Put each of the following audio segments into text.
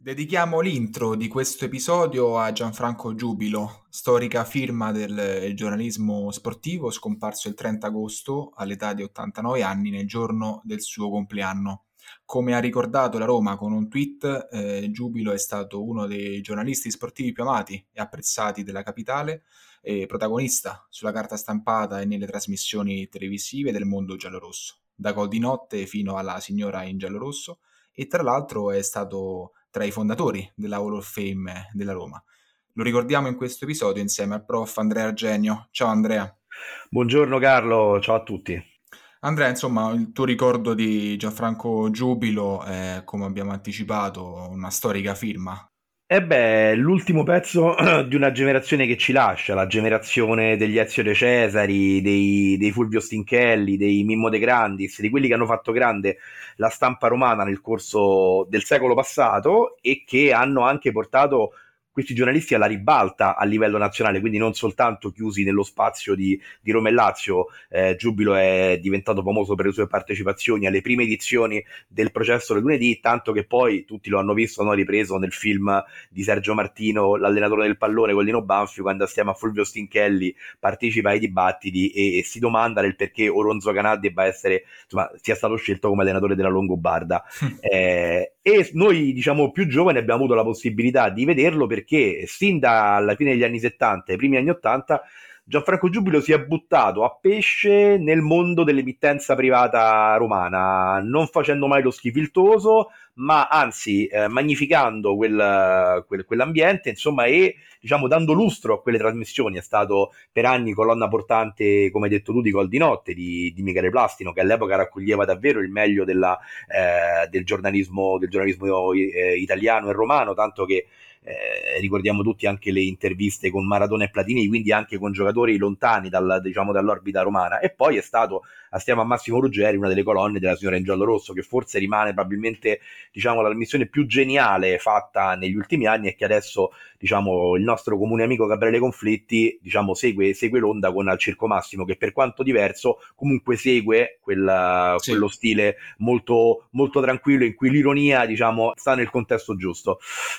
Dedichiamo l'intro di questo episodio a Gianfranco Giubilo, storica firma del giornalismo sportivo, scomparso il 30 agosto all'età di 89 anni nel giorno del suo compleanno. Come ha ricordato la Roma con un tweet, Giubilo è stato uno dei giornalisti sportivi più amati e apprezzati della capitale e protagonista sulla carta stampata e nelle trasmissioni televisive del mondo giallorosso, da Gol di notte fino alla Signora in giallorosso, e tra l'altro è stato tra i fondatori della Hall of Fame della Roma. Lo ricordiamo in questo episodio insieme al prof. Andrea Argenio. Ciao Andrea. Buongiorno Carlo, ciao a tutti. Andrea, insomma, il tuo ricordo di Gianfranco Giubilo è, come abbiamo anticipato, una storica firma. L'ultimo pezzo di una generazione che ci lascia, la generazione degli Ezio De Cesari, dei Fulvio Stinchelli, dei Mimmo De Grandis, di quelli che hanno fatto grande la stampa romana nel corso del secolo passato e che hanno anche portato questi giornalisti alla ribalta a livello nazionale, quindi non soltanto chiusi nello spazio di Roma e Lazio. Giubilo è diventato famoso per le sue partecipazioni alle prime edizioni del Processo del lunedì, tanto che poi tutti lo hanno visto, hanno ripreso nel film di Sergio Martino, l'allenatore del pallone con Lino Banfi, quando assieme a Fulvio Stinchelli partecipa ai dibattiti e si domanda del perché Oronzo Canà debba essere, insomma, sia stato scelto come allenatore della Longobarda. E noi, diciamo, più giovani abbiamo avuto la possibilità di vederlo perché sin dalla fine degli anni 70 e i primi anni 80 Gianfranco Giubilo si è buttato a pesce nel mondo dell'emittenza privata romana, non facendo mai lo schifiltoso, ma anzi magnificando quell'ambiente, insomma, e diciamo dando lustro a quelle trasmissioni. È stato per anni colonna portante, come hai detto tu, di Gol di notte di Michele Plastino, che all'epoca raccoglieva davvero il meglio del giornalismo italiano e romano, tanto che ricordiamo tutti anche le interviste con Maradona e Platini, quindi anche con giocatori lontani dall'orbita romana. E poi è stato, assieme a Massimo Ruggeri, una delle colonne della Signora in giallo rosso, che forse rimane probabilmente, diciamo, la missione più geniale fatta negli ultimi anni, e che adesso, diciamo, il nostro comune amico Gabriele Conflitti, diciamo, segue l'onda con Al Circo Massimo, che per quanto diverso comunque segue quello stile molto, molto tranquillo, in cui l'ironia, diciamo, sta nel contesto giusto.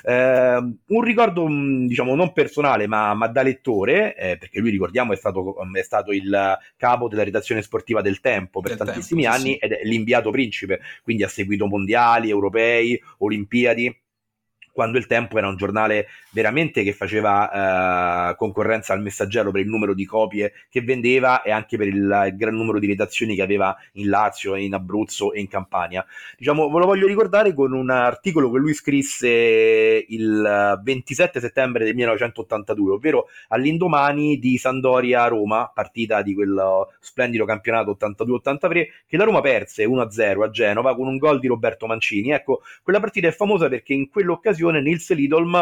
Un ricordo, diciamo, non personale ma da lettore, perché lui, ricordiamo, è stato il capo della redazione sportiva del Tempo per tantissimi anni, sì. Ed è l'inviato principe, quindi ha seguito mondiali, europei, olimpiadi, quando il Tempo era un giornale veramente che faceva concorrenza al Messaggero per il numero di copie che vendeva e anche per il gran numero di redazioni che aveva in Lazio, in Abruzzo e in Campania. Diciamo, ve lo voglio ricordare con un articolo che lui scrisse il 27 settembre del 1982, ovvero all'indomani di Sampdoria-Roma, partita di quel splendido campionato 82-83, che la Roma perse 1-0 a Genova con un gol di Roberto Mancini. Ecco, quella partita è famosa perché in quell'occasione Nils Lidolm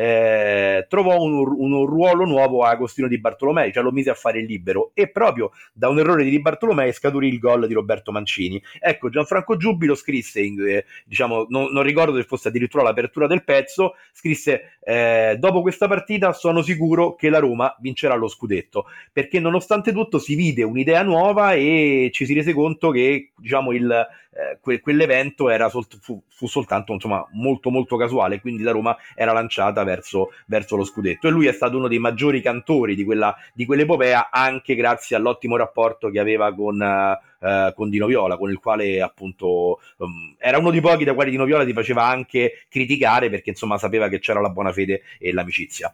trovò un ruolo nuovo a Agostino Di Bartolomei, cioè lo mise a fare il libero, e proprio da un errore di Di Bartolomei scaturì il gol di Roberto Mancini. Ecco, Gianfranco Giubilo scrisse, diciamo, non ricordo se fosse addirittura l'apertura del pezzo, scrisse: dopo questa partita sono sicuro che la Roma vincerà lo scudetto, perché nonostante tutto si vide un'idea nuova e ci si rese conto che, diciamo, quell'evento fu soltanto, insomma, molto molto casuale, quindi la Roma era lanciata verso lo scudetto, e lui è stato uno dei maggiori cantori di quell'epopea, anche grazie all'ottimo rapporto che aveva con Dino Viola, con il quale, appunto, era uno dei pochi da quali Dino Viola ti faceva anche criticare, perché, insomma, sapeva che c'era la buona fede e l'amicizia.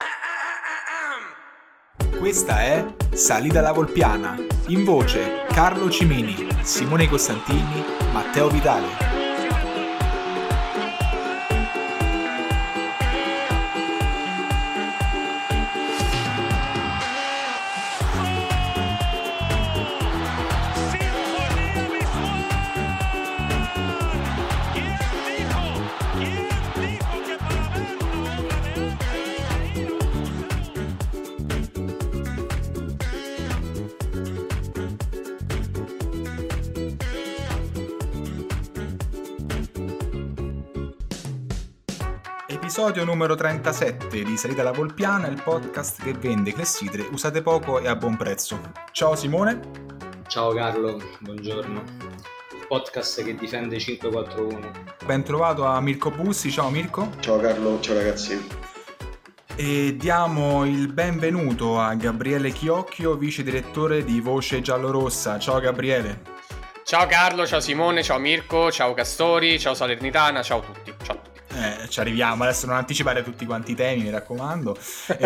Questa è Salita alla Volpiana, in voce Carlo Cimini, Simone Costantini, Matteo Vitale. Episodio numero 37 di Salita alla Volpiana, il podcast che vende clessidre usate poco e a buon prezzo. Ciao Simone. Ciao Carlo, buongiorno. podcast che difende 541. Ben trovato a Mirko Bussi, ciao Mirko. Ciao Carlo, ciao ragazzi. E diamo il benvenuto a Gabriele Chiocchio, vice direttore di Voce Giallorossa. Ciao Gabriele. Ciao Carlo, ciao Simone, ciao Mirko, ciao Castori, ciao Salernitana, ciao a tutti. Ciao. Ci arriviamo, adesso non anticipare tutti quanti i temi, mi raccomando.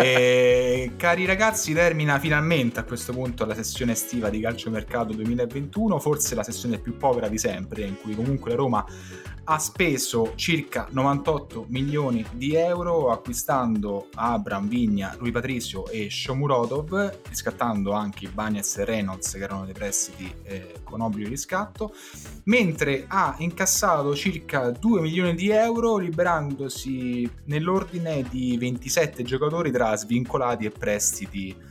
Cari ragazzi, termina finalmente a questo punto la sessione estiva di calciomercato 2021, forse la sessione più povera di sempre, in cui comunque la Roma ha speso circa 98 milioni di euro acquistando Abraham, Vigna, Rui Patricio e Shomurodov, riscattando anche Ibanez e Reynolds, che erano dei prestiti con obbligo di riscatto, mentre ha incassato circa 2 milioni di euro liberandosi nell'ordine di 27 giocatori tra svincolati e prestiti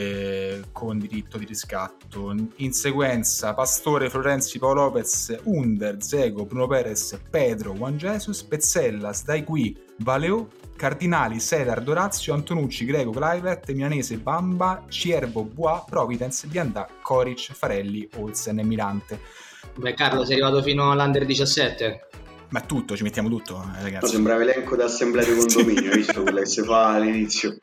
con diritto di riscatto. In sequenza Pastore, Florenzi, Paolo Lopez, Under, Zego, Bruno Perez, Pedro, Juan Jesus, Pezzella, Sdaigui, Valeo, Cardinali, Sedar, Dorazio, Antonucci, Greco, Kluivert, Milanese, Bamba, Ciervo, Bois, Providence, Biandà, Koric, Farelli, Olsen e Mirante. Beh Carlo, sei arrivato fino all'Under 17? Ma tutto, ci mettiamo tutto, ragazzi. No, sembrava elenco d'assemblea di condominio, hai visto quella che si fa all'inizio?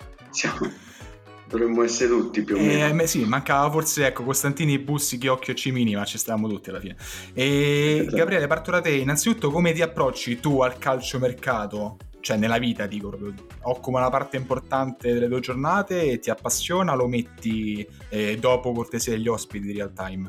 Dovremmo essere tutti più o meno. Sì, mancava forse Costantini, Bussi, Chiocchio e Cimini, ma ci stavamo tutti alla fine. E Gabriele, parto da te. Innanzitutto, come ti approcci tu al calciomercato? Cioè nella vita, dico, proprio, occupa una parte importante delle tue giornate e ti appassiona, lo metti dopo cortesia degli ospiti di Real Time?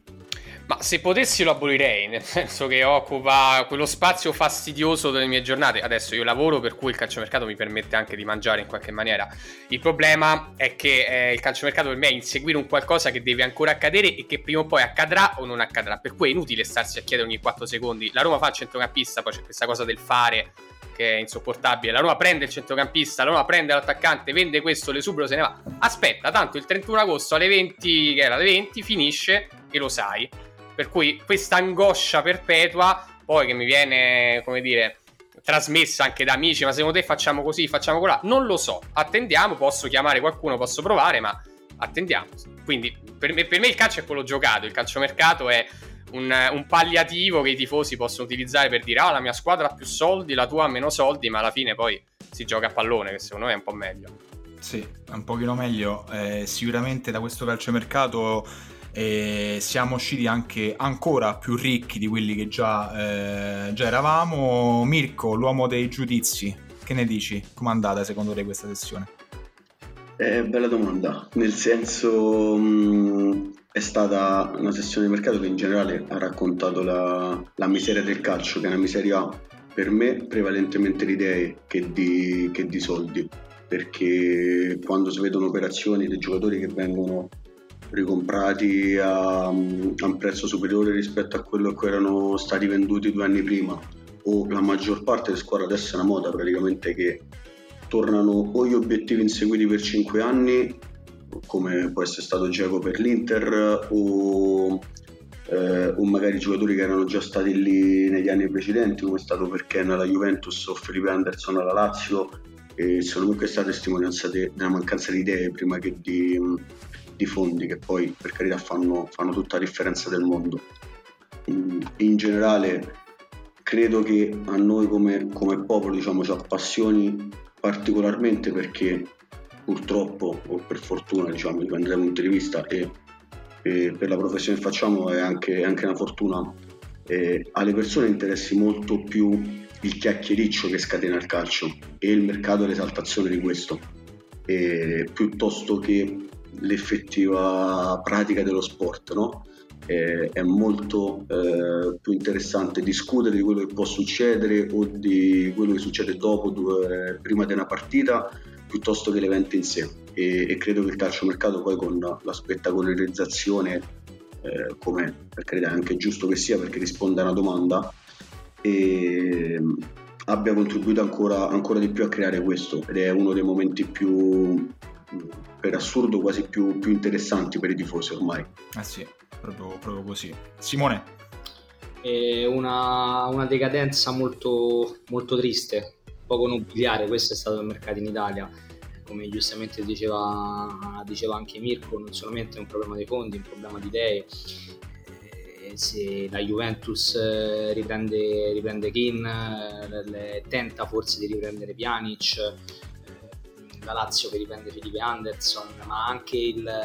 Ma se potessi lo abolirei, nel senso che occupa quello spazio fastidioso delle mie giornate. Adesso io lavoro, per cui il calciomercato mi permette anche di mangiare in qualche maniera. Il problema è che il calciomercato per me è inseguire un qualcosa che deve ancora accadere e che prima o poi accadrà o non accadrà. Per cui è inutile starsi a chiedere ogni 4 secondi. La Roma fa il centrocampista, poi c'è questa cosa del fare che è insopportabile. La Roma prende il centrocampista, la Roma prende l'attaccante, vende questo, l'esubero se ne va. Aspetta, tanto il 31 agosto alle 20, che era alle 20, finisce e lo sai. Per cui questa angoscia perpetua, poi che mi viene, come dire, trasmessa anche da amici, ma secondo te facciamo così, facciamo colà? Non lo so, attendiamo, posso chiamare qualcuno, posso provare, ma attendiamo. Quindi per me il calcio è quello giocato, il calciomercato è un palliativo che i tifosi possono utilizzare per dire la mia squadra ha più soldi, la tua ha meno soldi, ma alla fine poi si gioca a pallone, che secondo me è un po' meglio. Sì, è un pochino meglio. Sicuramente da questo calciomercato siamo usciti anche ancora più ricchi di quelli che già eravamo. Mirko, l'uomo dei giudizi, che ne dici? Com'è andata secondo te questa sessione? Bella domanda, nel senso è stata una sessione di mercato che in generale ha raccontato la miseria del calcio, che è una miseria per me prevalentemente di idee che di soldi, perché quando si vedono operazioni dei giocatori che vengono ricomprati a un prezzo superiore rispetto a quello che erano stati venduti 2 anni prima, o la maggior parte delle squadre, adesso è una moda praticamente che tornano o gli obiettivi inseguiti per 5 anni, come può essere stato Dzeko per l'Inter, o magari giocatori che erano già stati lì negli anni precedenti, come è stato per Ken alla Juventus o Felipe Anderson alla Lazio. E secondo me questa è testimonianza della mancanza di idee prima che di fondi, che poi per carità fanno tutta la differenza del mondo. In generale credo che a noi come popolo, diciamo, ci appassioni particolarmente perché purtroppo o per fortuna, diciamo, dipende dai punti di vista, e per la professione che facciamo è anche una fortuna, alle persone interessi molto più il chiacchiericcio che scatena il calcio e il mercato e l'esaltazione di questo, piuttosto che l'effettiva pratica dello sport, no? È molto più interessante discutere di quello che può succedere o di quello che succede dopo, prima di una partita, piuttosto che l'evento in sé, e credo che il calciomercato poi con la spettacolarizzazione, come per carità è anche giusto che sia perché risponde a una domanda, abbia contribuito ancora di più a creare questo, ed è uno dei momenti più, per assurdo, quasi più interessanti per i tifosi ormai. Sì, proprio così. Simone? È una decadenza molto, molto triste, poco nobiliare. Questo è stato il mercato in Italia, come giustamente diceva anche Mirko. Non solamente è un problema dei fondi, è un problema di idee. se la Juventus riprende Keane, tenta forse di riprendere Pjanic, la Lazio che riprende Felipe Anderson, ma anche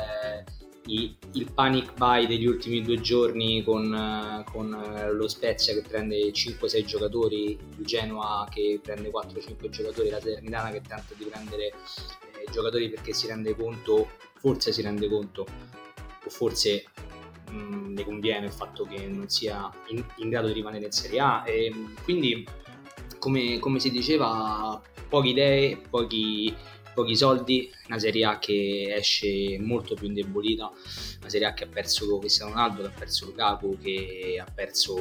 il panic buy degli ultimi 2 giorni con lo Spezia che prende 5-6 giocatori, il Genoa che prende 4-5 giocatori, la Salernitana che tenta di prendere giocatori perché forse si rende conto o forse le conviene il fatto che non sia in grado di rimanere in Serie A, e quindi come si diceva, poche idee, pochi soldi, una Serie A che esce molto più indebolita, una Serie A che ha perso Cristiano Ronaldo, che ha perso Lukaku, che ha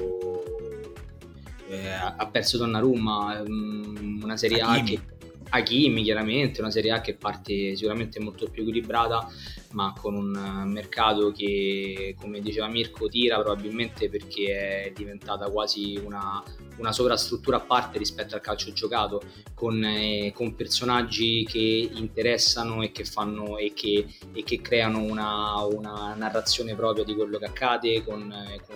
perso Donnarumma, una Serie A che Hakimi, chiaramente, una Serie A che parte sicuramente molto più equilibrata, ma con un mercato che, come diceva Mirko, tira probabilmente perché è diventata quasi una sovrastruttura a parte rispetto al calcio giocato, con personaggi che interessano e che fanno e che creano una narrazione propria di quello che accade, con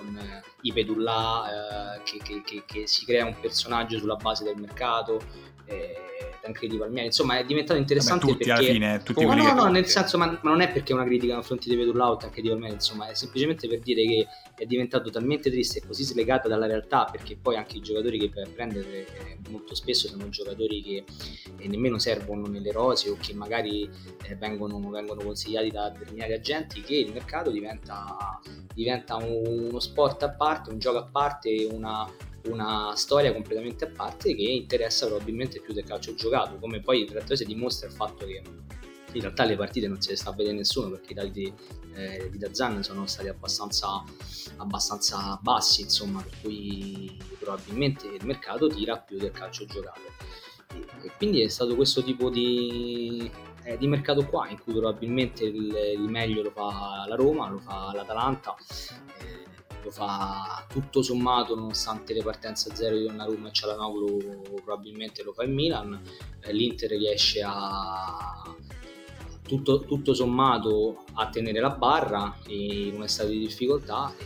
Ipedullah che si crea un personaggio sulla base del mercato, Tancredi Palmieri, insomma è diventato interessante. Tutti, perché alla fine, tutti no, nel senso, ma non è perché è una critica nei confronti di Ipedullah o Tancredi Palmieri, insomma è semplicemente per dire che è diventato talmente triste e così slegata dalla realtà, perché poi anche i giocatori che per prendere molto spesso sono giocatori che nemmeno servono nelle rose o che magari vengono consigliati da determinati agenti, che il mercato diventa uno sport a parte, un gioco a parte, una storia completamente a parte che interessa probabilmente più del calcio giocato, come poi in realtà si dimostra il fatto che in realtà le partite non se le sta a vedere nessuno, perché i dati di DAZN sono stati abbastanza bassi, insomma, per cui probabilmente il mercato tira più del calcio giocato, e quindi è stato questo tipo di mercato qua in cui probabilmente il meglio lo fa la Roma, lo fa l'Atalanta, lo fa tutto sommato, nonostante le partenze a zero di Donnarumma e Çalhanoğlu, probabilmente lo fa il Milan. L'Inter riesce a tutto sommato a tenere la barra in un stato di difficoltà,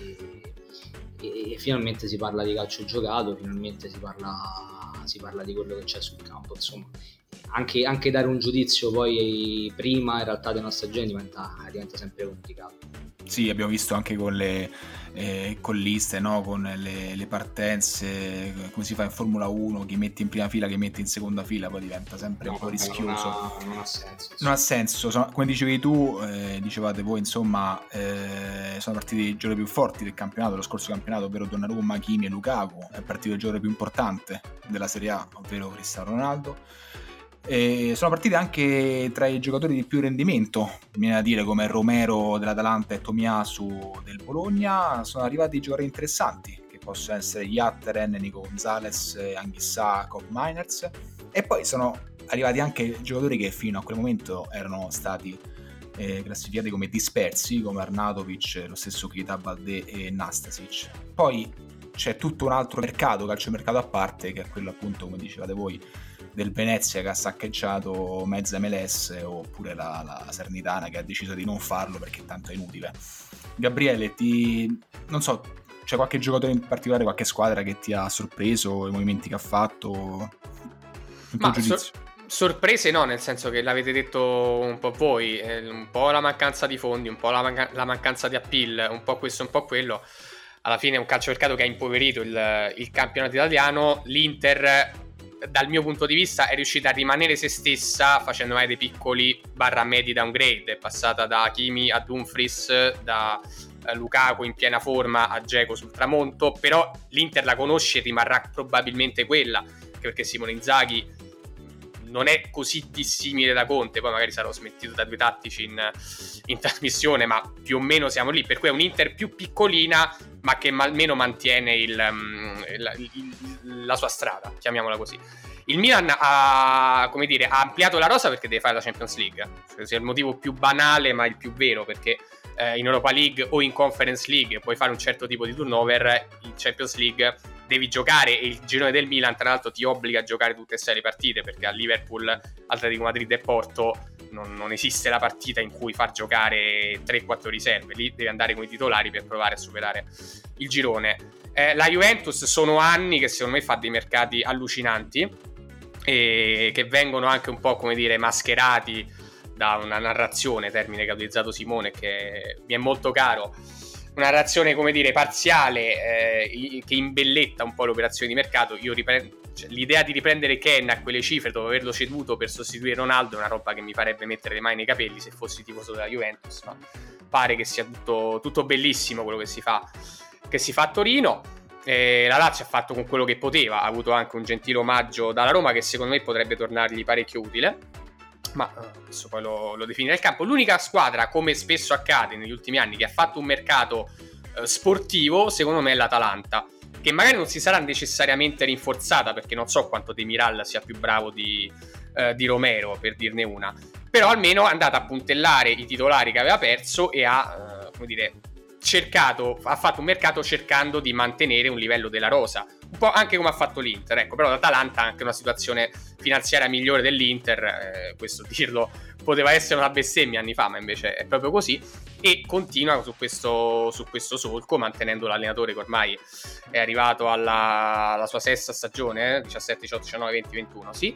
e finalmente si parla di calcio giocato, finalmente si parla di quello che c'è sul campo, insomma. Anche dare un giudizio poi prima in realtà della stagione diventa sempre complicato. Sì, abbiamo visto anche con le liste, no? Con le partenze, come si fa in Formula 1, chi metti in prima fila, chi metti in seconda fila, poi diventa sempre un po' rischioso. Non ha senso. Non ha senso. Come dicevi tu, dicevate voi, insomma, sono partiti i giocatori più forti del campionato, lo scorso campionato, ovvero Donnarumma, Hakimi e Lukaku. È partito il giocatore più importante della Serie A, ovvero Cristiano Ronaldo. E sono partite anche tra i giocatori di più rendimento, viene da dire, come Romero dell'Atalanta e Tomiyasu del Bologna. Sono arrivati giocatori interessanti, che possono essere Yatteren, Nico Gonzalez, Anghissà, Kob Miners, e poi sono arrivati anche giocatori che fino a quel momento erano stati classificati come dispersi, come Arnautovic, lo stesso Keita Balde e Nastasic. Poi c'è tutto un altro mercato, calciomercato a parte, che è quello appunto, come dicevate voi, del Venezia, che ha saccheggiato mezza MLS, oppure la Salernitana, che ha deciso di non farlo perché tanto è inutile. Gabriele, non so, c'è qualche giocatore in particolare, qualche squadra che ti ha sorpreso, i movimenti che ha fatto? Il tuo giudizio? Sorprese no, nel senso che l'avete detto un po' voi, un po' la mancanza di fondi, un po' la mancanza di appeal, un po' questo, un po' quello. Alla fine è un calciomercato che ha impoverito il campionato italiano. L'Inter, dal mio punto di vista, è riuscita a rimanere se stessa facendo mai dei piccoli /medi downgrade. È passata da Hakimi a Dumfries, da Lukaku in piena forma a Dzeko sul tramonto, però l'Inter la conosce e rimarrà probabilmente quella, anche perché Simone Inzaghi non è così dissimile da Conte. Poi magari sarò smentito da due tattici in trasmissione, ma più o meno siamo lì, per cui è un Inter più piccolina ma che almeno mantiene la sua strada, chiamiamola così. Il Milan ha ampliato la rosa perché deve fare la Champions League, sia il motivo più banale ma il più vero, perché in Europa League o in Conference League puoi fare un certo tipo di turnover, in Champions League devi giocare, e il girone del Milan tra l'altro ti obbliga a giocare tutte e 6 le partite, perché a Liverpool, Atletico Madrid e Porto non esiste la partita in cui far giocare 3-4 riserve, lì devi andare con i titolari per provare a superare il girone. La Juventus sono anni che secondo me fa dei mercati allucinanti e che vengono anche un po', come dire, mascherati da una narrazione, termine che ha utilizzato Simone, che mi è molto caro, una narrazione, come dire, parziale, che imbelletta un po' l'operazione di mercato. L'idea di riprendere Ken a quelle cifre dopo averlo ceduto per sostituire Ronaldo è una roba che mi farebbe mettere le mani nei capelli se fossi tifoso della Juventus, ma pare che sia tutto bellissimo quello che si fa a Torino. La Lazio ha fatto con quello che poteva, ha avuto anche un gentile omaggio dalla Roma che secondo me potrebbe tornargli parecchio utile, ma adesso poi lo definirà il campo. L'unica squadra, come spesso accade negli ultimi anni, che ha fatto un mercato sportivo secondo me è l'Atalanta, che magari non si sarà necessariamente rinforzata, perché non so quanto Demiral sia più bravo di Romero, per dirne una, però almeno è andata a puntellare i titolari che aveva perso e ha fatto un mercato cercando di mantenere un livello della rosa, un po' anche come ha fatto l'Inter, ecco. Però l'Atalanta ha anche una situazione finanziaria migliore dell'Inter, questo dirlo poteva essere una bestemmia anni fa, ma invece è proprio così, e continua su questo solco, mantenendo l'allenatore che ormai è arrivato alla sua sesta stagione, 17, 18, 19, 20, 21, sì,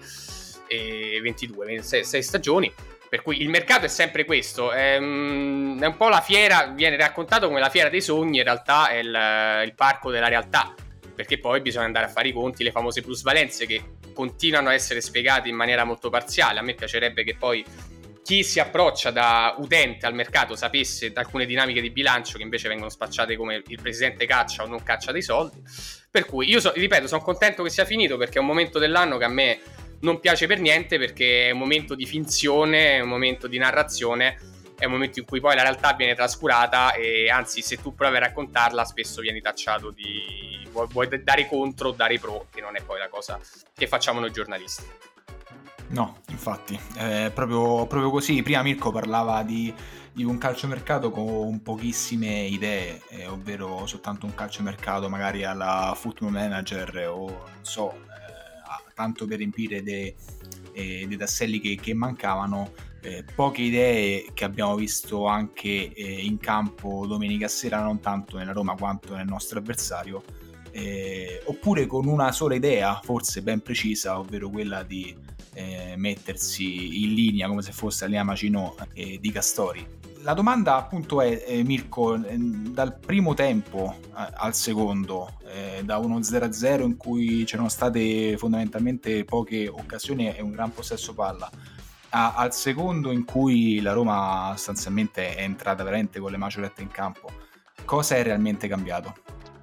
e 22, 6 stagioni. Per cui il mercato è sempre questo, è un po' la fiera, viene raccontato come la fiera dei sogni, in realtà è il parco della realtà, perché poi bisogna andare a fare i conti, le famose plusvalenze che continuano a essere spiegate in maniera molto parziale. A me piacerebbe che poi chi si approccia da utente al mercato sapesse alcune dinamiche di bilancio che invece vengono spacciate come il presidente caccia o non caccia dei soldi. Per cui io ripeto, sono contento che sia finito, perché è un momento dell'anno che a me non piace per niente, perché è un momento di finzione, è un momento di narrazione, è un momento in cui poi la realtà viene trascurata e anzi, se tu provi a raccontarla spesso vieni tacciato di vuoi dare contro o dare pro, che non è poi la cosa che facciamo noi giornalisti. No, infatti, è proprio così. Prima Mirko parlava di un calciomercato con pochissime idee, ovvero soltanto un calciomercato magari alla Football Manager o non so, tanto per riempire dei tasselli che mancavano. Poche idee che abbiamo visto anche in campo domenica sera, non tanto nella Roma quanto nel nostro avversario, oppure con una sola idea, forse ben precisa, ovvero quella di mettersi in linea come se fosse la linea Maginot di Castori. La domanda appunto è, Mirko, dal primo tempo al secondo, da uno 0-0 in cui c'erano state fondamentalmente poche occasioni e un gran possesso palla, al secondo in cui la Roma sostanzialmente è entrata veramente con le maciolette in campo, cosa è realmente cambiato?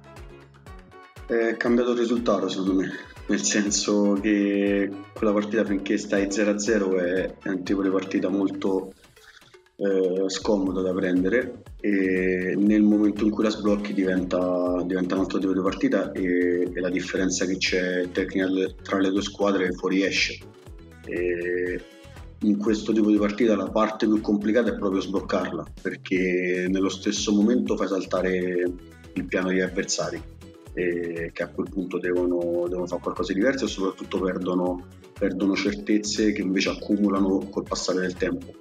È cambiato il risultato, secondo me, nel senso che quella partita, finché stai 0-0, è un tipo di partita molto scomoda da prendere, e nel momento in cui la sblocchi diventa un altro tipo di partita, e la differenza che c'è tecnica tra le due squadre fuoriesce. E in questo tipo di partita la parte più complicata è proprio sbloccarla, perché nello stesso momento fai saltare il piano degli avversari, che a quel punto devono fare qualcosa di diverso, e soprattutto perdono certezze che invece accumulano col passare del tempo.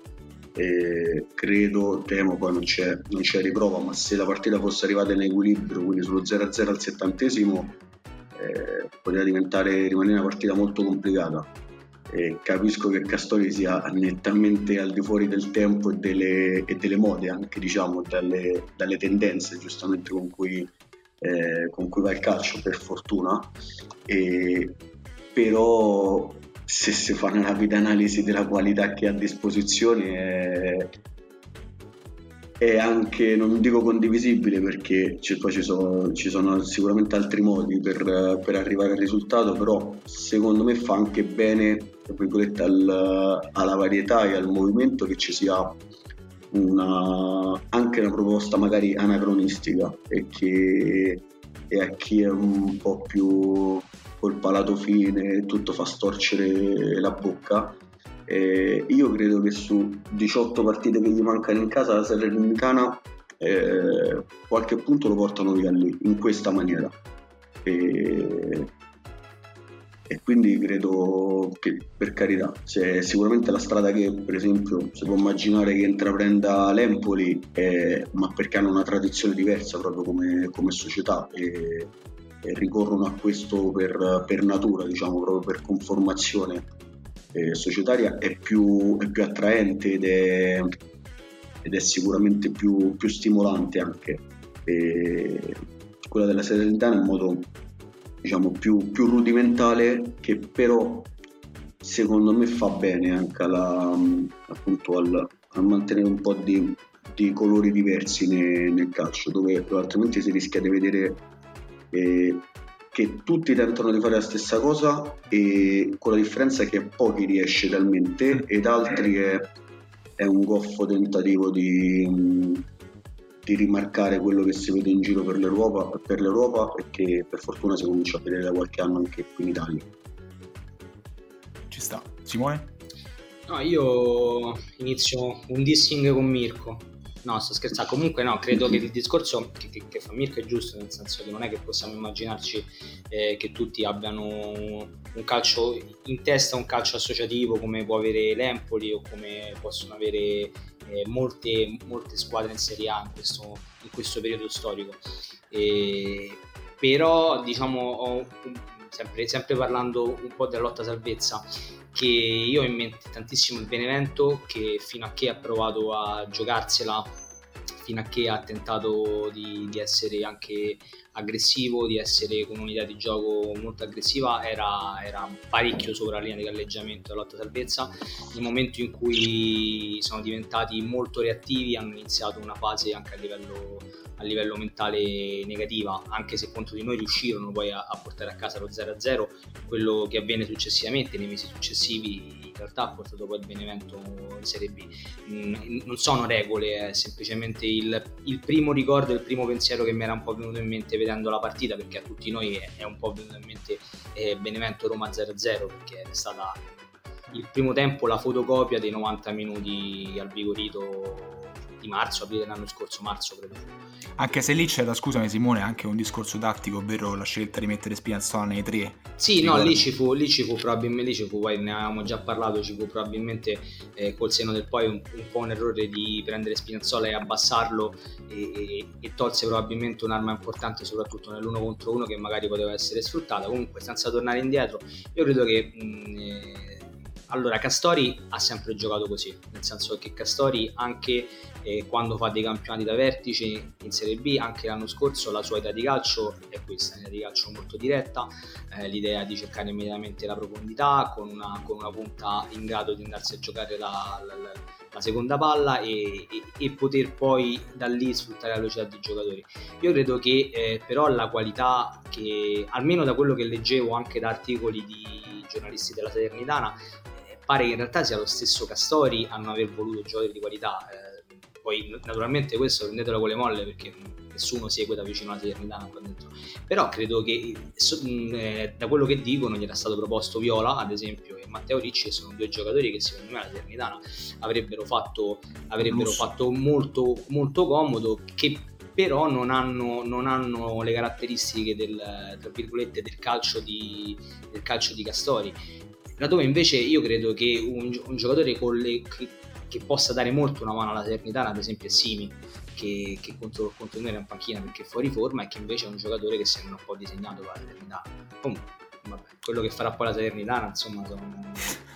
Temo, poi non c'è riprova, ma se la partita fosse arrivata in equilibrio, quindi sullo 0-0 al 70°, poteva rimanere una partita molto complicata. Capisco che Castori sia nettamente al di fuori del tempo e delle mode, anche diciamo dalle tendenze giustamente con cui va il calcio, per fortuna, però se si fa una rapida analisi della qualità che ha a disposizione è anche, non dico condivisibile, perché poi ci sono sicuramente altri modi per arrivare al risultato, però secondo me fa anche bene, tra virgolette, alla varietà e al movimento, che ci sia anche una proposta magari anacronistica, e a chi è un po' più col palato fine tutto fa storcere la bocca. Io credo che su 18 partite che gli mancano in casa la Salernitana qualche punto lo portano via lì, in questa maniera. e quindi credo che, per carità, se sicuramente la strada che per esempio si può immaginare che intraprenda l'Empoli, ma perché hanno una tradizione diversa proprio come società e ricorrono a questo per natura, diciamo, proprio per conformazione societaria, è più attraente ed è sicuramente più stimolante anche. Quella della Salernitana è un modo, diciamo, più rudimentale, che però secondo me fa bene anche appunto al mantenere un po' di colori diversi nel calcio, dove altrimenti si rischia di vedere che tutti tentano di fare la stessa cosa, e con la differenza che a pochi riesce talmente ed altri è un goffo tentativo di rimarcare quello che si vede in giro per l'Europa e che per fortuna si comincia a vedere da qualche anno anche qui in Italia. Ci sta. Simone? No, io inizio un dissing con Mirko. No, sto scherzando. Comunque no, credo che il discorso che fa Mirko è giusto, nel senso che non è che possiamo immaginarci che tutti abbiano un calcio in testa, un calcio associativo come può avere l'Empoli o come possono avere molte squadre in Serie A in questo periodo storico. Però diciamo sempre parlando un po' della lotta salvezza, che io ho in mente tantissimo il Benevento, che fino a che ha provato a giocarsela, fino a che ha tentato di essere anche aggressivo, di essere con un'idea di gioco molto aggressiva, era parecchio sopra la linea di galleggiamento della lotta salvezza. Nel momento in cui sono diventati molto reattivi, hanno iniziato una fase anche a livello mentale negativa, anche se contro di noi riuscirono poi a portare a casa lo 0-0. Quello che avvenne successivamente, nei mesi successivi, in realtà ha portato poi il Benevento in Serie B. Non sono regole, è semplicemente il primo ricordo, il primo pensiero che mi era un po' venuto in mente vedendo la partita, perché a tutti noi è un po' venuto in mente Benevento-Roma 0-0, perché è stata il primo tempo la fotocopia dei 90 minuti al Vigorito di marzo, aprile dell'anno scorso, marzo credo. Anche se lì c'era, scusami Simone, anche un discorso tattico, ovvero la scelta di mettere Spinazzola nei tre. Sì, no, lì ci fu probabilmente, poi ne avevamo già parlato, ci fu probabilmente col seno del poi un po' un errore di prendere Spinazzola e abbassarlo, e tolse probabilmente un'arma importante, soprattutto nell'1 contro 1, che magari poteva essere sfruttata. Comunque, senza tornare indietro, io credo che allora Castori ha sempre giocato così, nel senso che Castori anche quando fa dei campionati da vertice in Serie B, anche l'anno scorso, la sua idea di calcio è questa, un'idea di calcio molto diretta, l'idea di cercare immediatamente la profondità con una punta in grado di andarsi a giocare la seconda palla e poter poi da lì sfruttare la velocità dei giocatori. Io credo che però la qualità, che almeno da quello che leggevo anche da articoli di giornalisti della Salernitana, pare che in realtà sia lo stesso Castori a non aver voluto giocatori di qualità. Poi naturalmente questo prendetelo con le molle, perché nessuno segue da vicino la Salernitana qua dentro. Però credo che da quello che dicono gli era stato proposto Viola ad esempio e Matteo Ricci, che sono due giocatori che secondo me la Salernitana avrebbero fatto molto, molto comodo, che però non hanno le caratteristiche tra virgolette del calcio di Castori, laddove invece io credo che un giocatore che possa dare molto una mano alla Salernitana, ad esempio è Simi, che contro noi era in panchina perché è fuori forma, e che invece è un giocatore che sembra un po' disegnato per la Salernitana. Comunque, vabbè, quello che farà poi la Salernitana, insomma, sono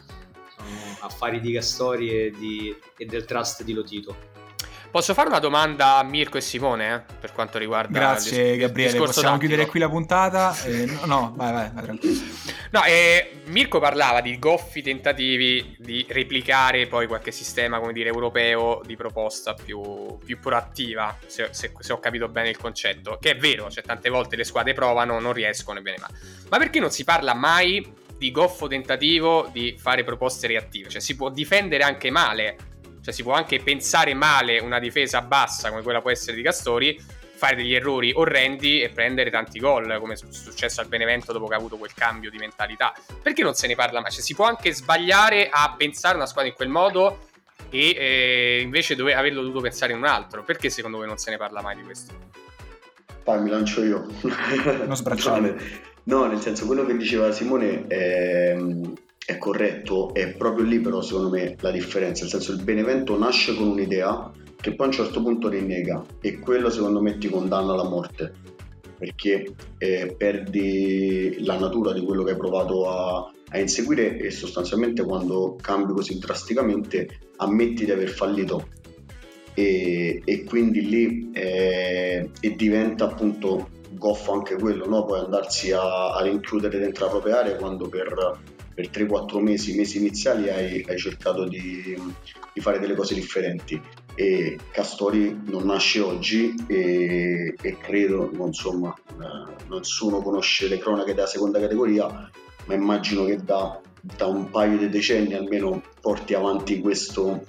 affari di Castori e del trust di Lotito. Posso fare una domanda a Mirko e Simone per quanto riguarda Grazie Gabriele, possiamo chiudere qui la puntata? No, vai tranquillo. No, Mirko parlava di goffi tentativi di replicare poi qualche sistema, come dire, europeo di proposta più proattiva, se ho capito bene il concetto, che è vero, cioè tante volte le squadre provano, non riescono e bene ma perché non si parla mai di goffo tentativo di fare proposte reattive? Cioè si può difendere anche male, cioè si può anche pensare male una difesa bassa come quella può essere di Castori, fare degli errori orrendi e prendere tanti gol, come è successo al Benevento dopo che ha avuto quel cambio di mentalità. Perché non se ne parla mai? Cioè si può anche sbagliare a pensare una squadra in quel modo e invece averlo dovuto pensare in un altro. Perché secondo voi non se ne parla mai di questo? Poi mi lancio io. Non sbracciare. No, nel senso, quello che diceva Simone è corretto, è proprio lì però secondo me la differenza, nel senso il Benevento nasce con un'idea che poi a un certo punto rinnega e quello secondo me ti condanna alla morte, perché perdi la natura di quello che hai provato a inseguire e sostanzialmente quando cambi così drasticamente ammetti di aver fallito e quindi lì e diventa appunto goffo anche quello, no? Poi andarsi a rinchiudere dentro la propria area quando per 3-4 mesi iniziali hai cercato di fare delle cose differenti. E Castori non nasce oggi e credo, insomma, nessuno conosce le cronache della seconda categoria, ma immagino che da un paio di decenni almeno porti avanti questo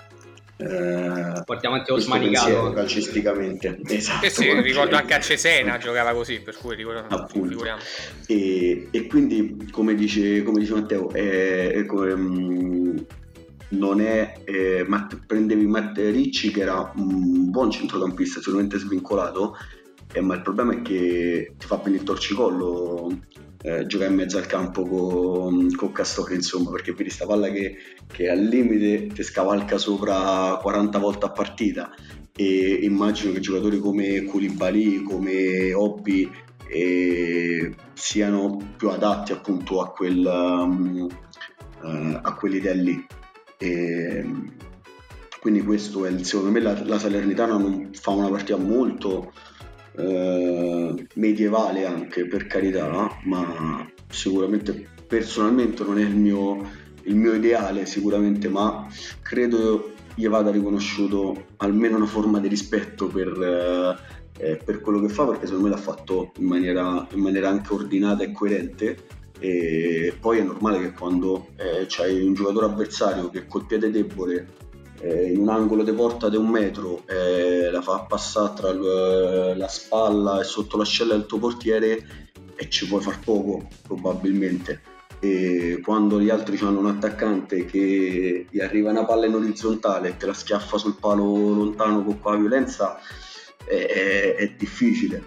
Osmani pensiero calcisticamente. Esatto. Sì, ricordo anche a Cesena giocava così, per cui figuriamo. E quindi come dice Matteo non è prendevi Matt Ricci che era un buon centrocampista sicuramente svincolato, ma il problema è che ti fa prendere il torcicollo giocare in mezzo al campo con Castori, insomma, perché vedi sta palla che al limite ti scavalca sopra 40 volte a partita e immagino che giocatori come Koulibaly, come Hobby siano più adatti appunto a quell'idea lì. Quindi questo è secondo me la Salernitana non fa una partita molto medievale, anche per carità, ma sicuramente personalmente non è il mio ideale sicuramente, ma credo gli vada riconosciuto almeno una forma di rispetto per quello che fa, perché secondo me l'ha fatto in maniera anche ordinata e coerente. E poi è normale che quando c'hai un giocatore avversario che col piede debole in un angolo di porta di 1 metro la fa passare tra la spalla e sotto l'ascella del tuo portiere e ci puoi far poco probabilmente, e quando gli altri hanno un attaccante che gli arriva una palla in orizzontale e te la schiaffa sul palo lontano con quella violenza è difficile.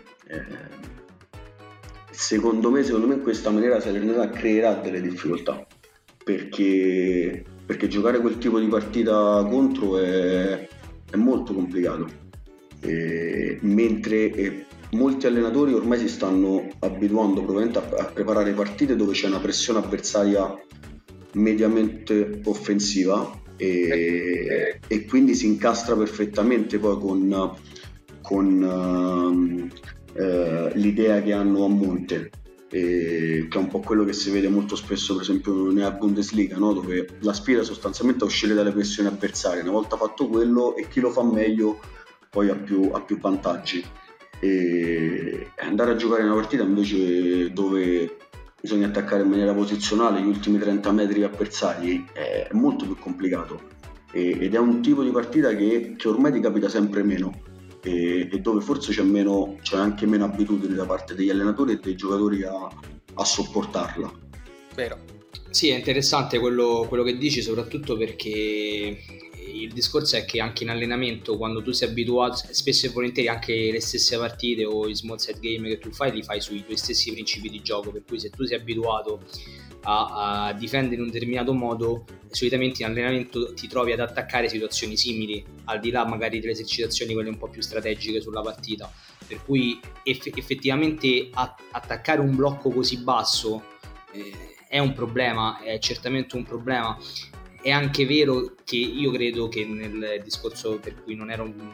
Secondo me in questa maniera Salernitana creerà delle difficoltà perché giocare quel tipo di partita contro è molto complicato, mentre molti allenatori ormai si stanno abituando probabilmente a preparare partite dove c'è una pressione avversaria mediamente offensiva e quindi si incastra perfettamente poi con l'idea che hanno a monte, che è un po' quello che si vede molto spesso per esempio nella Bundesliga, no? Dove la sfida sostanzialmente è uscire dalle pressioni avversarie. Una volta fatto quello, e chi lo fa meglio poi ha più vantaggi, e andare a giocare una partita invece dove bisogna attaccare in maniera posizionale gli ultimi 30 metri avversari è molto più complicato, ed è un tipo di partita che ormai ti capita sempre meno e dove forse c'è anche meno abitudine da parte degli allenatori e dei giocatori a sopportarla. Vero. Sì, è interessante quello che dici, soprattutto perché il discorso è che anche in allenamento, quando tu sei abituato, spesso e volentieri anche le stesse partite o i small set game che tu fai li fai sui tuoi stessi principi di gioco, per cui se tu sei abituato a difendere in un determinato modo, solitamente in allenamento ti trovi ad attaccare situazioni simili, al di là magari delle esercitazioni quelle un po' più strategiche sulla partita, per cui effettivamente attaccare un blocco così basso è un problema, è certamente un problema. È anche vero che io credo che nel discorso per cui non ero un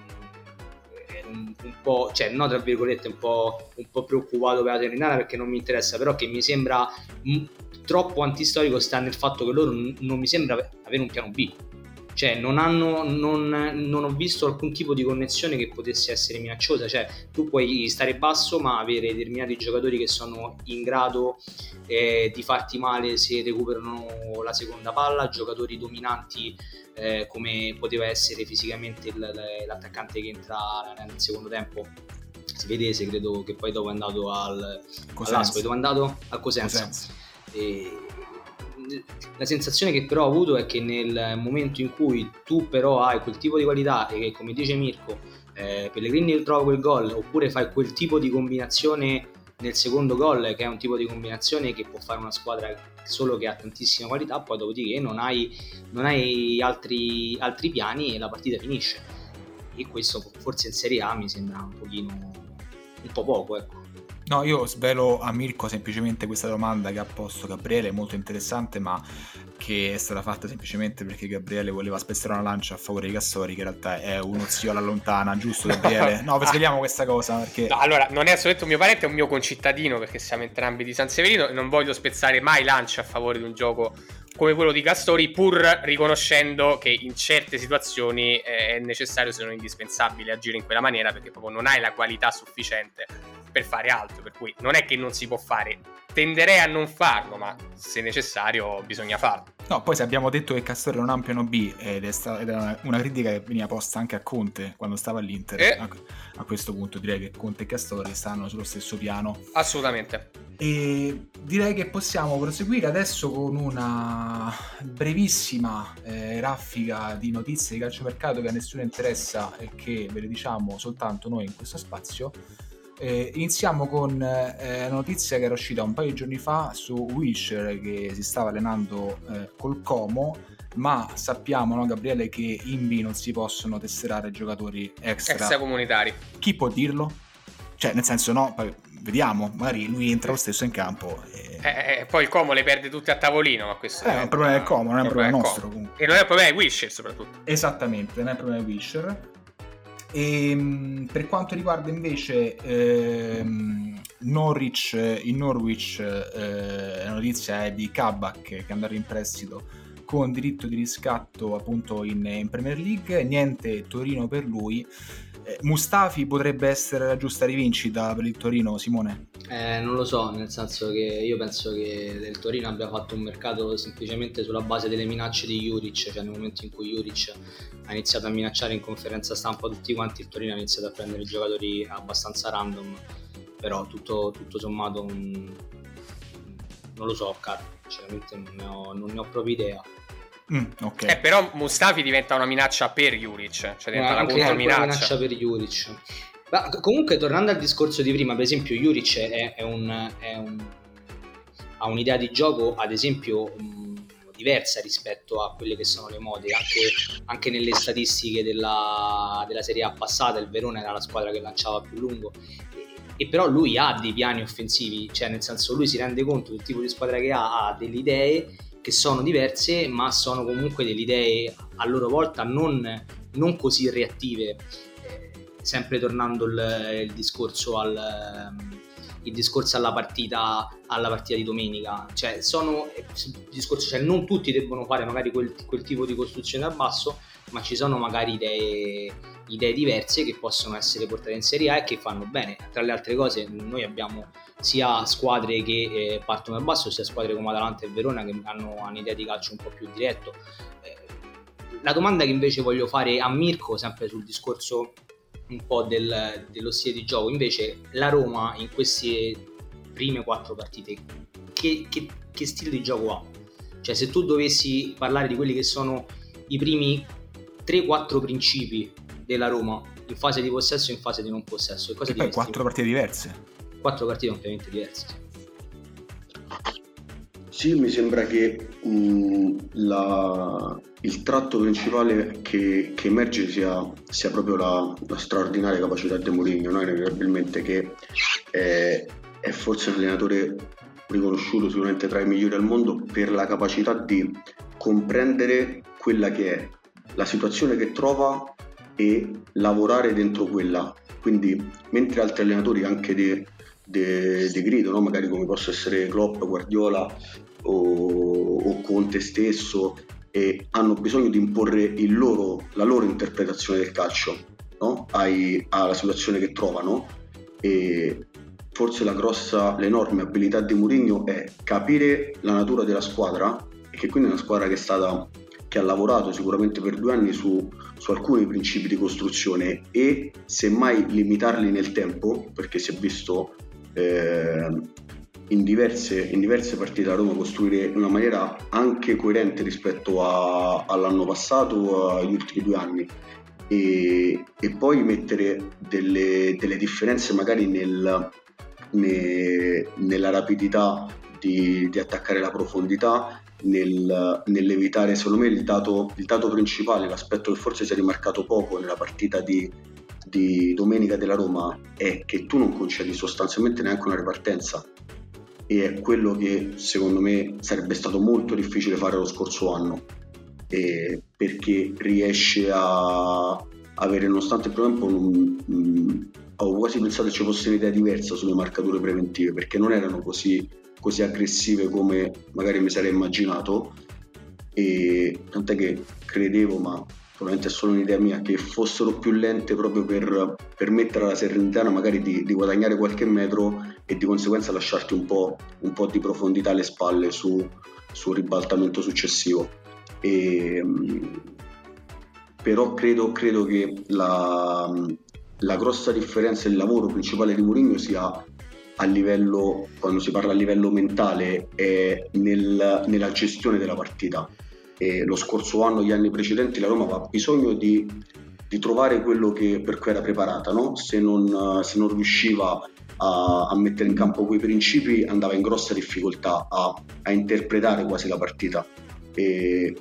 po', cioè no, tra virgolette, un po' preoccupato per la Salernitana perché non mi interessa, però che mi sembra troppo antistorico sta nel fatto che loro non mi sembra avere un piano B, cioè non ho visto alcun tipo di connessione che potesse essere minacciosa. Cioè tu puoi stare basso ma avere determinati giocatori che sono in grado di farti male se recuperano la seconda palla, giocatori dominanti come poteva essere fisicamente l'attaccante che entra nel secondo tempo, svedese, credo, che poi dopo è andato all'Ascoli, dopo è andato al Cosenza. la sensazione che però ho avuto è che nel momento in cui tu però hai quel tipo di qualità e che, come dice Mirko, Pellegrini trova quel gol, oppure fai quel tipo di combinazione nel secondo gol, che è un tipo di combinazione che può fare una squadra solo che ha tantissima qualità, poi dopodiché non hai altri piani e la partita finisce. E questo forse in Serie A mi sembra un po' poco, ecco. No, io svelo a Mirko semplicemente questa domanda che ha posto Gabriele, molto interessante, ma che è stata fatta semplicemente perché Gabriele voleva spezzare una lancia a favore di Castori, che in realtà è uno zio alla lontana, giusto Gabriele? No, svegliamo questa cosa perché... No, allora, non è assolutamente un mio parente, è un mio concittadino, perché siamo entrambi di San Severino e non voglio spezzare mai lancia a favore di un gioco come quello di Castori, pur riconoscendo che in certe situazioni è necessario, se non indispensabile, agire in quella maniera, perché proprio non hai la qualità sufficiente per fare altro, per cui non è che non si può fare, tenderei a non farlo, ma se necessario bisogna farlo. No, poi se abbiamo detto che Castori era un ampio no B, ed era una critica che veniva posta anche a Conte quando stava all'Inter, a questo punto direi che Conte e Castori stanno sullo stesso piano. Assolutamente. E direi che possiamo proseguire adesso con una brevissima raffica di notizie di calciomercato che a nessuno interessa e che ve le diciamo soltanto noi in questo spazio. Iniziamo con la notizia che era uscita un paio di giorni fa su Wilshere, che si stava allenando col Como, ma sappiamo, no, Gabriele, che in B non si possono tesserare giocatori extracomunitari. Chi può dirlo? Cioè, nel senso, no, poi vediamo, magari lui entra lo stesso in campo poi il Como le perde tutte a tavolino, ma questo è un problema del Como, non è un problema nostro comunque. E non è un problema di Wilshere soprattutto. Esattamente, non è un problema di Wilshere. E per quanto riguarda invece Norwich, la notizia è di Kabak che andrà in prestito con diritto di riscatto appunto in Premier League, niente Torino per lui. Mustafi potrebbe essere la giusta rivincita per il Torino, Simone? Non lo so, nel senso che io penso che il Torino abbia fatto un mercato semplicemente sulla base delle minacce di Juric, cioè nel momento in cui Juric ha iniziato a minacciare in conferenza stampa tutti quanti, il Torino ha iniziato a prendere giocatori abbastanza random, però tutto sommato non lo so, Carlo, sinceramente non ne ho proprio idea. Okay. Però Mustafi diventa una minaccia per Juric, cioè diventa una controminaccia per Juric. Ma comunque, tornando al discorso di prima, per esempio Juric ha un'idea di gioco, ad esempio, diversa rispetto a quelle che sono le mode, anche nelle statistiche della Serie A passata. Il Verona era la squadra che lanciava più lungo, e però lui ha dei piani offensivi, cioè nel senso, lui si rende conto del tipo di squadra che ha delle idee che sono diverse, ma sono comunque delle idee a loro volta non così reattive. Sempre tornando il discorso alla partita di domenica, cioè non tutti debbono fare magari quel tipo di costruzione dal basso, ma ci sono magari idee diverse che possono essere portate in Serie A e che fanno bene. Tra le altre cose, noi abbiamo sia squadre che partono dal basso, sia squadre come Atalanta e Verona che hanno un'idea di calcio un po' più diretto. La domanda che invece voglio fare a Mirko, sempre sul discorso un po' dello stile di gioco, invece la Roma in queste prime 4 partite che stile di gioco ha? Cioè, se tu dovessi parlare di quelli che sono i primi 3-4 principi della Roma in fase di possesso e in fase di non possesso, cosa e poi 4 partite diverse. 4 partite completamente diverse. Sì, mi sembra che il tratto principale che emerge sia proprio la straordinaria capacità di Mourinho, no? Inevitabilmente, che è forse un allenatore riconosciuto sicuramente tra i migliori al mondo per la capacità di comprendere quella che è la situazione che trova e lavorare dentro quella. Quindi mentre altri allenatori anche di grido, no? Magari come possa essere Klopp, Guardiola o Conte stesso, e hanno bisogno di imporre la loro interpretazione del calcio, no? alla situazione che trovano, e forse l'enorme abilità di Mourinho è capire la natura della squadra, e che quindi è una squadra che ha lavorato sicuramente per 2 anni su alcuni principi di costruzione, e semmai limitarli nel tempo, perché si è visto in diverse partite a Roma costruire in una maniera anche coerente rispetto all'anno passato, agli ultimi 2 anni, e poi mettere delle differenze magari nella rapidità di attaccare la profondità, nell'evitare, secondo me il dato principale, l'aspetto che forse si è rimarcato poco nella partita di domenica della Roma, è che tu non concedi sostanzialmente neanche una ripartenza, e è quello che secondo me sarebbe stato molto difficile fare lo scorso anno, perché riesce a avere, nonostante il primo tempo avevo quasi pensato che ci fosse un'idea diversa sulle marcature preventive, perché non erano così aggressive come magari mi sarei immaginato, e tant'è che credevo, ma probabilmente è solo un'idea mia, che fossero più lente proprio per permettere alla Salernitana magari di guadagnare qualche metro e di conseguenza lasciarti un po' di profondità alle spalle sul ribaltamento successivo. Però credo che la grossa differenza, il lavoro principale di Mourinho sia a livello, quando si parla a livello mentale, è nella gestione della partita. E lo scorso anno, gli anni precedenti, la Roma aveva bisogno di trovare quello per cui era preparata, no? Se non riusciva a mettere in campo quei principi, andava in grossa difficoltà a interpretare quasi la partita. E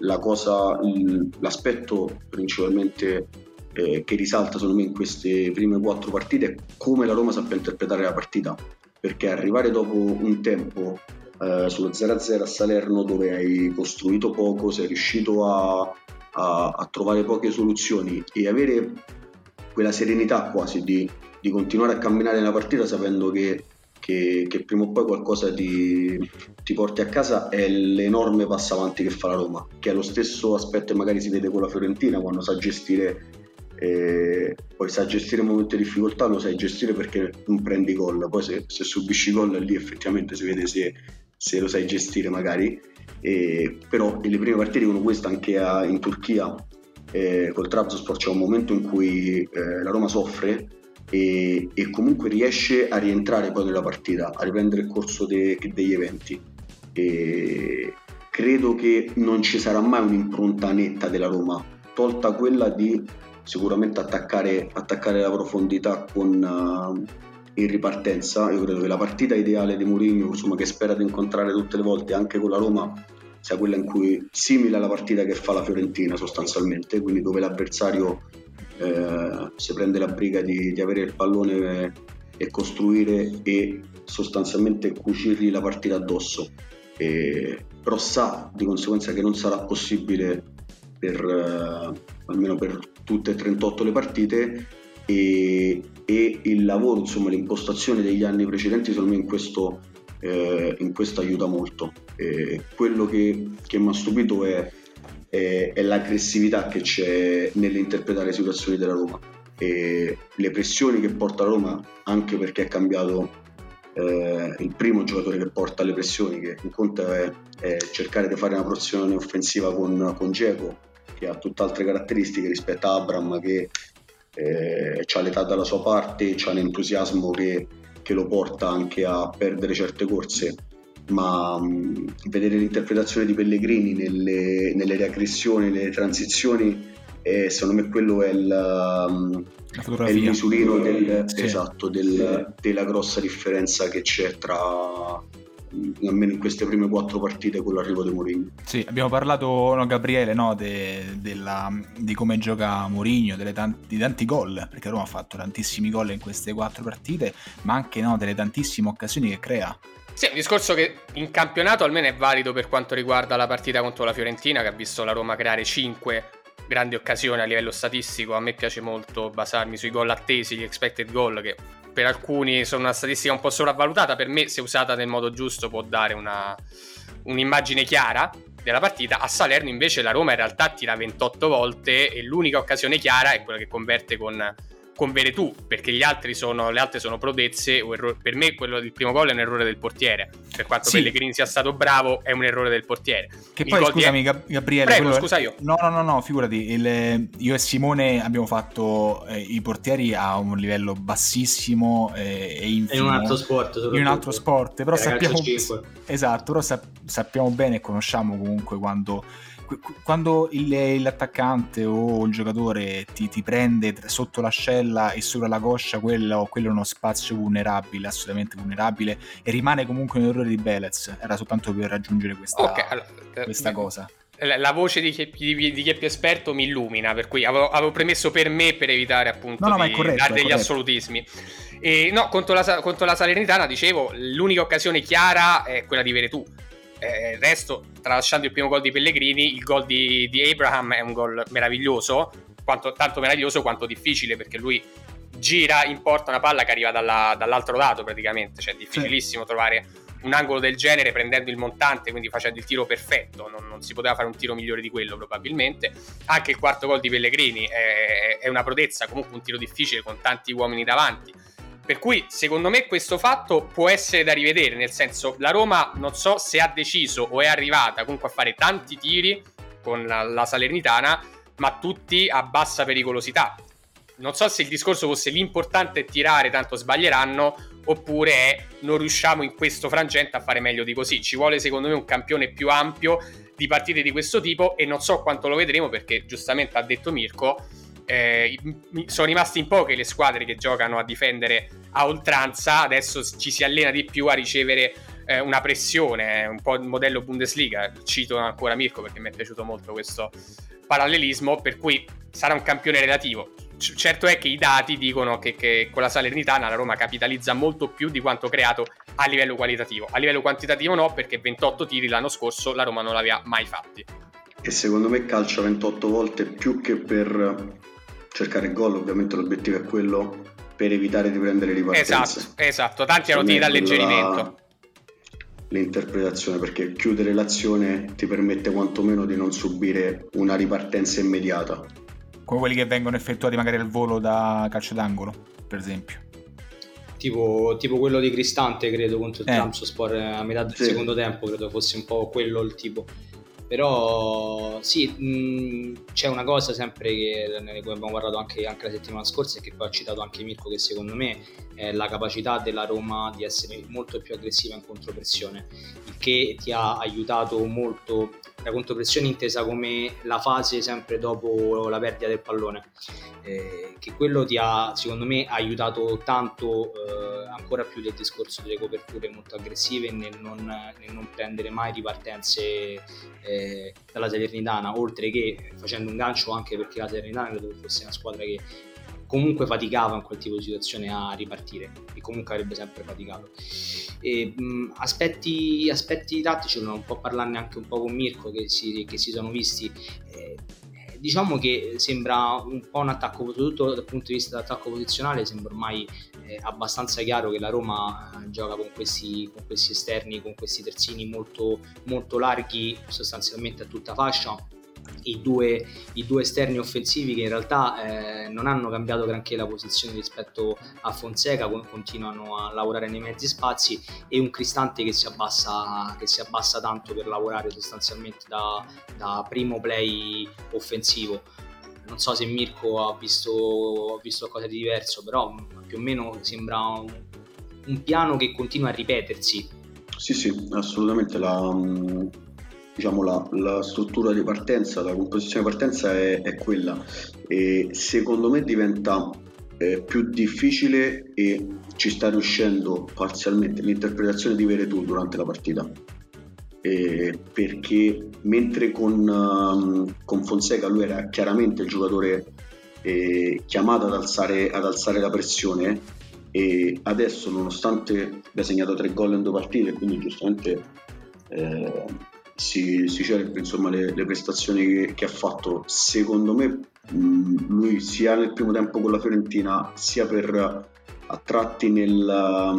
l'aspetto principalmente che risalta secondo me in queste prime 4 partite è come la Roma sappia interpretare la partita, perché arrivare dopo un tempo sullo 0-0 a Salerno, dove hai costruito poco, sei riuscito a trovare poche soluzioni, e avere quella serenità quasi di continuare a camminare nella partita sapendo che prima o poi qualcosa ti porti a casa, è l'enorme passo avanti che fa la Roma, che è lo stesso aspetto che magari si vede con la Fiorentina, quando sa gestire, poi sa gestire momenti di difficoltà, lo sai gestire perché non prendi gol, poi se subisci gol lì effettivamente si vede se lo sai gestire magari. Però nelle prime partite come questa, anche in Turchia col Trabzonspor, c'è un momento in cui la Roma soffre e comunque riesce a rientrare poi nella partita, a riprendere il corso degli eventi, e credo che non ci sarà mai un'impronta netta della Roma, tolta quella di sicuramente attaccare la profondità in ripartenza. Io credo che la partita ideale di Mourinho, insomma, che spera di incontrare tutte le volte anche con la Roma, sia quella in cui simile alla partita che fa la Fiorentina sostanzialmente, quindi dove l'avversario si prende la briga di avere il pallone e costruire e sostanzialmente cucirgli la partita addosso, però sa di conseguenza che non sarà possibile almeno per tutte e 38 le partite, e il lavoro, insomma l'impostazione degli anni precedenti secondo me in questo aiuta molto. Quello che mi ha stupito è l'aggressività che c'è nell'interpretare le situazioni della Roma, e le pressioni che porta la Roma, anche perché è cambiato il primo giocatore che porta le pressioni, che in conto è cercare di fare una pressione offensiva con Dzeko, che ha tutt'altre caratteristiche rispetto a Abraham, che ha l'età dalla sua parte, ha l'entusiasmo che lo porta anche a perdere certe corse, ma vedere l'interpretazione di Pellegrini nelle reaggressioni, nelle transizioni, secondo me quello è il misurino della grossa differenza che c'è tra, almeno in queste prime 4 partite, con l'arrivo di Mourinho. Sì, abbiamo parlato, Gabriele, di come gioca Mourinho, di tanti gol, perché Roma ha fatto tantissimi gol in queste 4 partite, ma anche delle tantissime occasioni che crea. Sì, un discorso che in campionato almeno è valido per quanto riguarda la partita contro la Fiorentina, che ha visto la Roma creare 5 grandi occasioni a livello statistico. A me piace molto basarmi sui gol attesi, gli expected goal, che per alcuni sono una statistica un po' sopravvalutata. Per me, se usata nel modo giusto, può dare un'immagine chiara della partita. A Salerno invece la Roma in realtà tira 28 volte e l'unica occasione chiara è quella che converte con con Veretù, perché le altre sono prodezze o errori. Per me quello del primo gol è un errore del portiere, per quanto Pellegrini sia stato bravo, è un errore del portiere. Che poi scusami Gabriele, prego, scusa io. No, figurati, io e Simone abbiamo fatto i portieri a un livello bassissimo e infimo, in un altro sport, però sappiamo sappiamo bene e conosciamo comunque quando l'attaccante o il giocatore ti prende sotto l'ascella e sopra la coscia, quello è uno spazio vulnerabile, assolutamente vulnerabile, e rimane comunque un errore di Belez. Era soltanto per raggiungere questa cosa. La voce di chi è più esperto mi illumina, per cui avevo premesso per me, per evitare appunto di dare degli assolutismi. E no, contro la Salernitana, dicevo, l'unica occasione chiara è quella di Veretù. Il resto, tralasciando il primo gol di Pellegrini, il gol di Abraham è un gol meraviglioso, tanto meraviglioso quanto difficile, perché lui gira in porta una palla che arriva dall'altro lato praticamente, cioè è difficilissimo trovare un angolo del genere prendendo il montante, quindi facendo il tiro perfetto. Non si poteva fare un tiro migliore di quello probabilmente. Anche il quarto gol di Pellegrini è una prodezza, comunque un tiro difficile con tanti uomini davanti. Per cui secondo me questo fatto può essere da rivedere, nel senso, la Roma non so se ha deciso o è arrivata comunque a fare tanti tiri con la Salernitana, ma tutti a bassa pericolosità. Non so se il discorso fosse l'importante è tirare, tanto sbaglieranno, oppure è non riusciamo in questo frangente a fare meglio di così. Ci vuole secondo me un campione più ampio di partite di questo tipo, e non so quanto lo vedremo, perché giustamente ha detto Mirko, sono rimasti in poche le squadre che giocano a difendere a oltranza. Adesso ci si allena di più a ricevere una pressione, un po' il modello Bundesliga. Cito ancora Mirko perché mi è piaciuto molto questo parallelismo, per cui sarà un campione relativo. Certo è che i dati dicono che con la Salernitana la Roma capitalizza molto più di quanto creato a livello qualitativo. A livello quantitativo no, perché 28 tiri l'anno scorso la Roma non l'aveva mai fatti. E secondo me calcia 28 volte più che per cercare gol, ovviamente l'obiettivo è quello, per evitare di prendere ripartenze. Esatto, tanti erano tiri d'alleggerimento. L'interpretazione, perché chiudere l'azione ti permette quantomeno di non subire una ripartenza immediata, come quelli che vengono effettuati magari al volo da calcio d'angolo, per esempio, tipo quello di Cristante, credo, contro il Trabzonspor a metà del secondo tempo, credo fosse un po' quello il tipo. Però sì, c'è una cosa sempre di cui abbiamo parlato anche la settimana scorsa, e che poi ha citato anche Mirko, che secondo me è la capacità della Roma di essere molto più aggressiva in contropressione, il che ti ha aiutato molto. La contropressione intesa come la fase sempre dopo la perdita del pallone, che quello ti ha, secondo me, aiutato tanto, ancora più del discorso delle coperture molto aggressive, nel non prendere mai ripartenze dalla Salernitana, oltre che facendo un gancio, anche perché la Salernitana credo fosse una squadra che comunque faticava in quel tipo di situazione a ripartire, e comunque avrebbe sempre faticato. E, aspetti tattici, un po' parlarne anche un po' con Mirko, che si sono visti. Diciamo che sembra un po' un attacco, soprattutto dal punto di vista dell'attacco posizionale, sembra ormai abbastanza chiaro che la Roma gioca con questi esterni, con questi terzini molto, molto larghi, sostanzialmente a tutta fascia. I due esterni offensivi che in realtà non hanno cambiato granché la posizione rispetto a Fonseca, continuano a lavorare nei mezzi spazi, e un Cristante che si abbassa tanto per lavorare sostanzialmente da primo play offensivo. Non so se Mirko ha visto qualcosa di diverso, però più o meno sembra un piano che continua a ripetersi. Sì, assolutamente. La struttura di partenza, la composizione di partenza è quella, e secondo me diventa più difficile, e ci sta riuscendo parzialmente l'interpretazione di Veretù durante la partita, perché mentre con Fonseca lui era chiaramente il giocatore chiamato ad alzare la pressione, e adesso, nonostante abbia segnato 3 gol in 2 partite, quindi giustamente si celebra insomma le prestazioni che ha fatto, secondo me lui sia nel primo tempo con la Fiorentina, sia per a tratti nella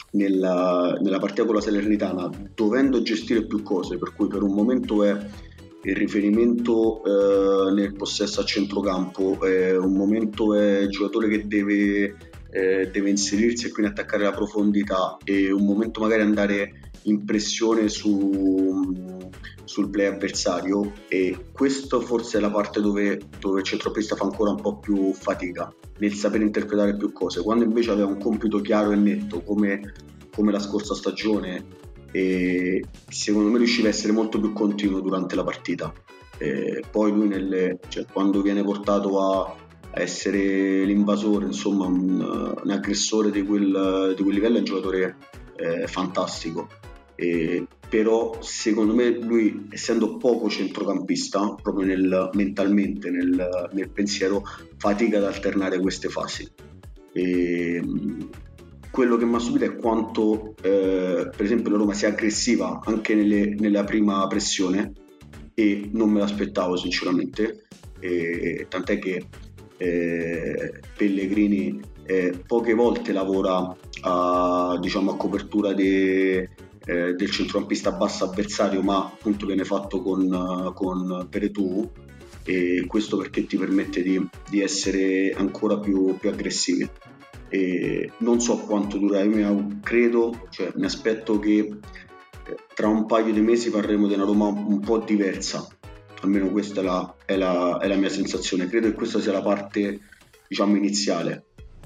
partita con la Salernitana, dovendo gestire più cose, per cui per un momento è il riferimento nel possesso a centrocampo, un momento è il giocatore che deve inserirsi e quindi attaccare la profondità, e un momento magari andare in pressione sul play avversario, e questo forse è la parte dove il centrocampista fa ancora un po' più fatica nel sapere interpretare più cose, quando invece aveva un compito chiaro e netto come la scorsa stagione, e secondo me riusciva a essere molto più continuo durante la partita. Poi lui quando viene portato a essere l'invasore, insomma un aggressore di quel livello, è un giocatore fantastico, però secondo me lui, essendo poco centrocampista proprio mentalmente nel pensiero, fatica ad alternare queste fasi. Quello che mi ha stupito è quanto per esempio la Roma sia aggressiva anche nella prima pressione, e non me l'aspettavo sinceramente, tant'è che Pellegrini poche volte lavora a copertura del centrocampista basso avversario, ma appunto viene fatto con Veretout, e questo perché ti permette di essere ancora più aggressivi. E non so quanto durerà, io mi aspetto che tra un paio di mesi parleremo di una Roma un po' diversa, almeno questa è la mia sensazione. Credo che questa sia la parte iniziale,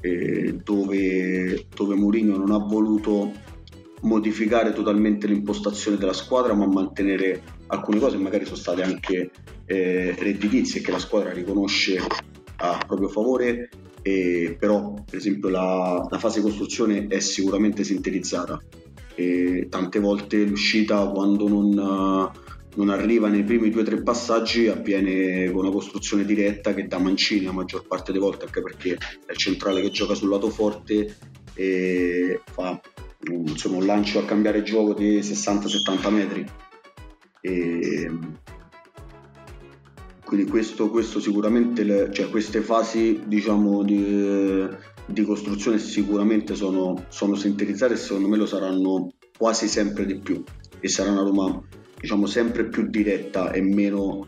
dove Mourinho non ha voluto modificare totalmente l'impostazione della squadra, ma mantenere alcune cose che magari sono state anche redditizie, che la squadra riconosce a proprio favore, però per esempio la fase di costruzione è sicuramente sintetizzata, e tante volte l'uscita, quando non arriva nei primi 2-3 passaggi, avviene con una costruzione diretta che dà Mancini la maggior parte delle volte, anche perché è il centrale che gioca sul lato forte e fa un lancio a cambiare gioco di 60-70 metri, quindi questo sicuramente, queste fasi di costruzione sicuramente sono sintetizzate, e secondo me lo saranno quasi sempre di più, e sarà una Roma sempre più diretta e meno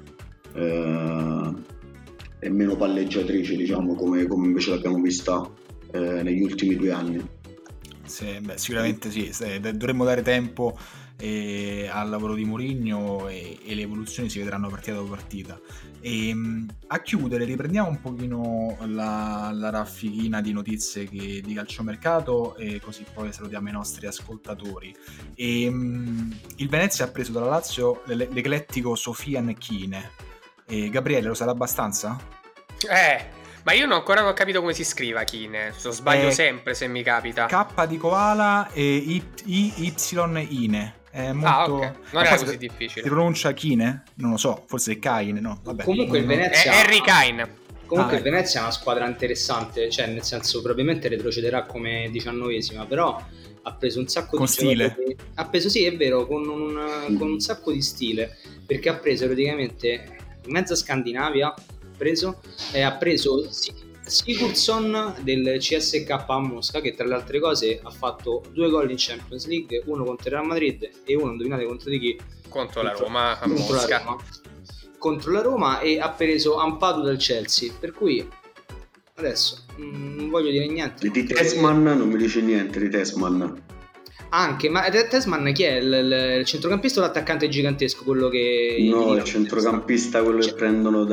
palleggiatrice, come invece l'abbiamo vista negli ultimi 2 anni. Sì, sicuramente sì, dovremmo dare tempo al lavoro di Mourinho, e le evoluzioni si vedranno partita dopo partita. E a chiudere riprendiamo un pochino la raffichina di notizie di calciomercato, e così poi salutiamo i nostri ascoltatori. Il Venezia ha preso dalla Lazio l'eclettico Sofian Kine. Gabriele, lo sarà abbastanza? Ma io ancora non ho capito come si scriva Kine, sbaglio sempre se mi capita. K di koala e Y Ine. È molto... okay. Non era così difficile. Si pronuncia Kine? Non lo so, forse è Kaine, no? Vabbè. Comunque il Venezia... È Harry Kane. Comunque il Venezia è una squadra interessante, nel senso probabilmente retrocederà come 19esima, però ha preso un sacco con di stile. Giocatori. Ha preso, sì, è vero, con un sacco di stile, perché ha preso praticamente mezza Scandinavia, ha preso Sigurdsson del CSK a Mosca, che tra le altre cose ha fatto 2 gol in Champions League, uno contro il Real Madrid e uno, indovinate contro di chi? Contro la Roma a Mosca. Contro la Roma, e ha preso Ampadu del Chelsea, per cui adesso non voglio dire niente. Di Tesman non mi dice niente, di Tesman. Anche, ma Tesman chi è? Il centrocampista o l'attaccante gigantesco? Quello che... No, il centrocampista, quello che prendono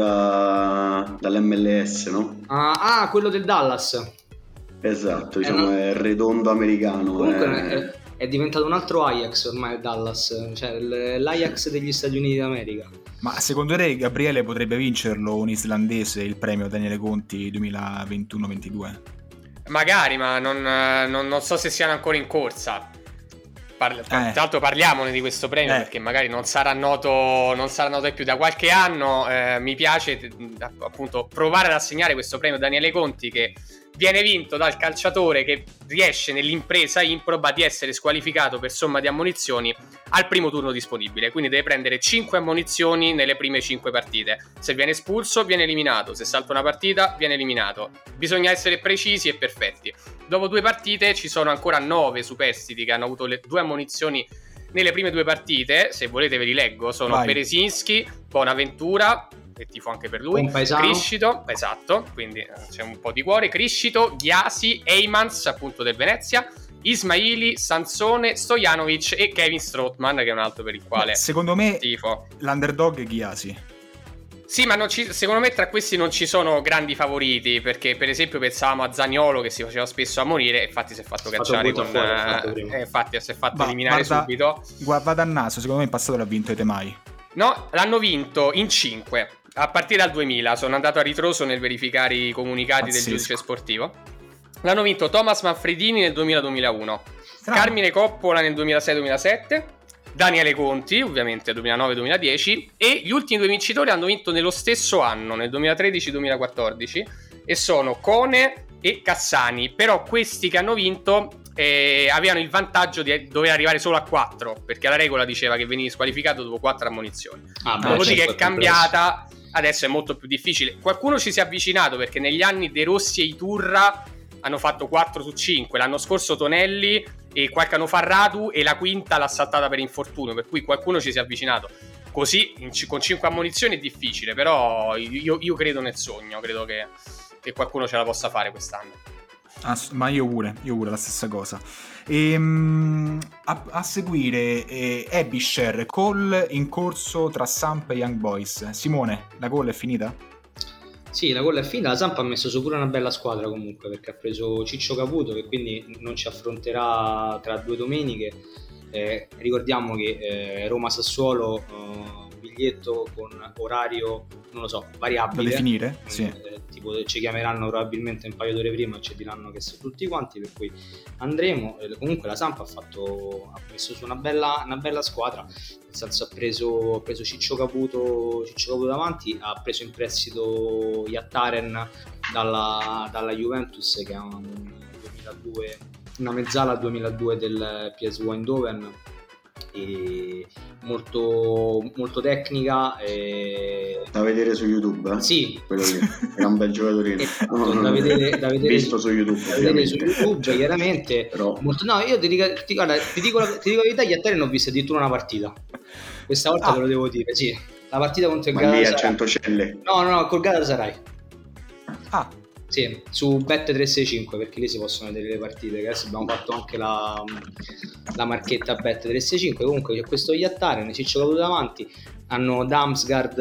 dall'MLS, no? Quello del Dallas. Esatto, è il redondo americano. Comunque è diventato un altro Ajax ormai il Dallas, l'Ajax degli Stati Uniti d'America. Ma secondo te, Gabriele, potrebbe vincerlo un islandese il premio Daniele Conti 2021-22? Magari, ma non so se siano ancora in corsa. Tra l'altro parliamone di questo premio, perché magari non sarà noto più da qualche anno. Mi piace appunto provare ad assegnare questo premio a Daniele Conti, che viene vinto dal calciatore che riesce nell'impresa improba di essere squalificato per somma di ammonizioni al primo turno disponibile, quindi deve prendere 5 ammonizioni nelle prime 5 partite. Se viene espulso viene eliminato, se salta una partita viene eliminato. Bisogna essere precisi e perfetti. Dopo 2 partite ci sono ancora 9 superstiti che hanno avuto le 2 ammonizioni nelle prime 2 partite, se volete ve li leggo, sono Vai. Berezinski, Bonaventura, e tifo anche per lui, Compaesano. Criscito, esatto, quindi c'è un po' di cuore, Criscito, Ghiasi, Eymans, appunto del Venezia, Ismaili, Sansone, Stojanovic e Kevin Strootman, che è un altro per il quale Secondo me tifo. l'underdog è Ghiasi. Sì, ma secondo me tra questi non ci sono grandi favoriti, perché per esempio pensavamo a Zaniolo che si faceva spesso ammonire, infatti si è fatto cacciare con... infatti si è fatto eliminare subito. Vada a naso, secondo me in passato l'ha vinto Etemai. No, l'hanno vinto in 5, a partire dal 2000, sono andato a ritroso nel verificare i comunicati Pazzesco. del giudice sportivo. L'hanno vinto Thomas Manfredini nel 2000-2001, Strano. Carmine Coppola nel 2006-2007, Daniele Conti ovviamente 2009-2010 e gli ultimi 2 vincitori hanno vinto nello stesso anno, nel 2013-2014, e sono Cone e Cassani. Però questi che hanno vinto avevano il vantaggio di dover arrivare solo a 4, perché la regola diceva che venivi squalificato dopo 4 ammonizioni. Dopodiché è cambiata, adesso è molto più difficile. Qualcuno ci si è avvicinato, perché negli anni De Rossi e Iturra hanno fatto 4 su 5, l'anno scorso Tonelli e qualche anno fa Radu, e la quinta l'ha saltata per infortunio, per cui qualcuno ci si è avvicinato. Così con 5 ammonizioni è difficile, però io credo nel sogno, credo che qualcuno ce la possa fare quest'anno. Ma io pure la stessa cosa. A seguire Ebisher, call in corso tra Samp e Young Boys. Simone, la call è finita? Sì, la gol è finita. La Samp ha messo su pure una bella squadra comunque, perché ha preso Ciccio Caputo, che quindi non ci affronterà tra 2 domeniche. Ricordiamo che Roma-Sassuolo, biglietto con orario, non lo so, variabile, Da definire? Sì. Tipo ci chiameranno probabilmente un paio d'ore prima e ci diranno che sono tutti quanti, per cui andremo. Comunque la Samp ha messo su una bella squadra, nel senso ha preso Ciccio Caputo davanti, ha preso in prestito Yattaren dalla Juventus, che è un 2002, una mezzala 2002 del PSV Eindhoven, e molto tecnica, da vedere su YouTube, eh? Sì, quello lì era un bel giocatorino. Da vedere visto su YouTube, da vedere su YouTube chiaramente. Però... No, io ti dico la verità, gli Atari ne ho visto addirittura una partita questa volta, ve lo devo dire, sì, la partita contro il Galatasaray. Ma lì a Centocelle? No, col Galatasaray. Sì, su Bet365, perché lì si possono vedere le partite, che adesso abbiamo fatto anche la marchetta Bet365. Comunque c'è questo Yattaren, Ciccio Caputo davanti, hanno Damsgaard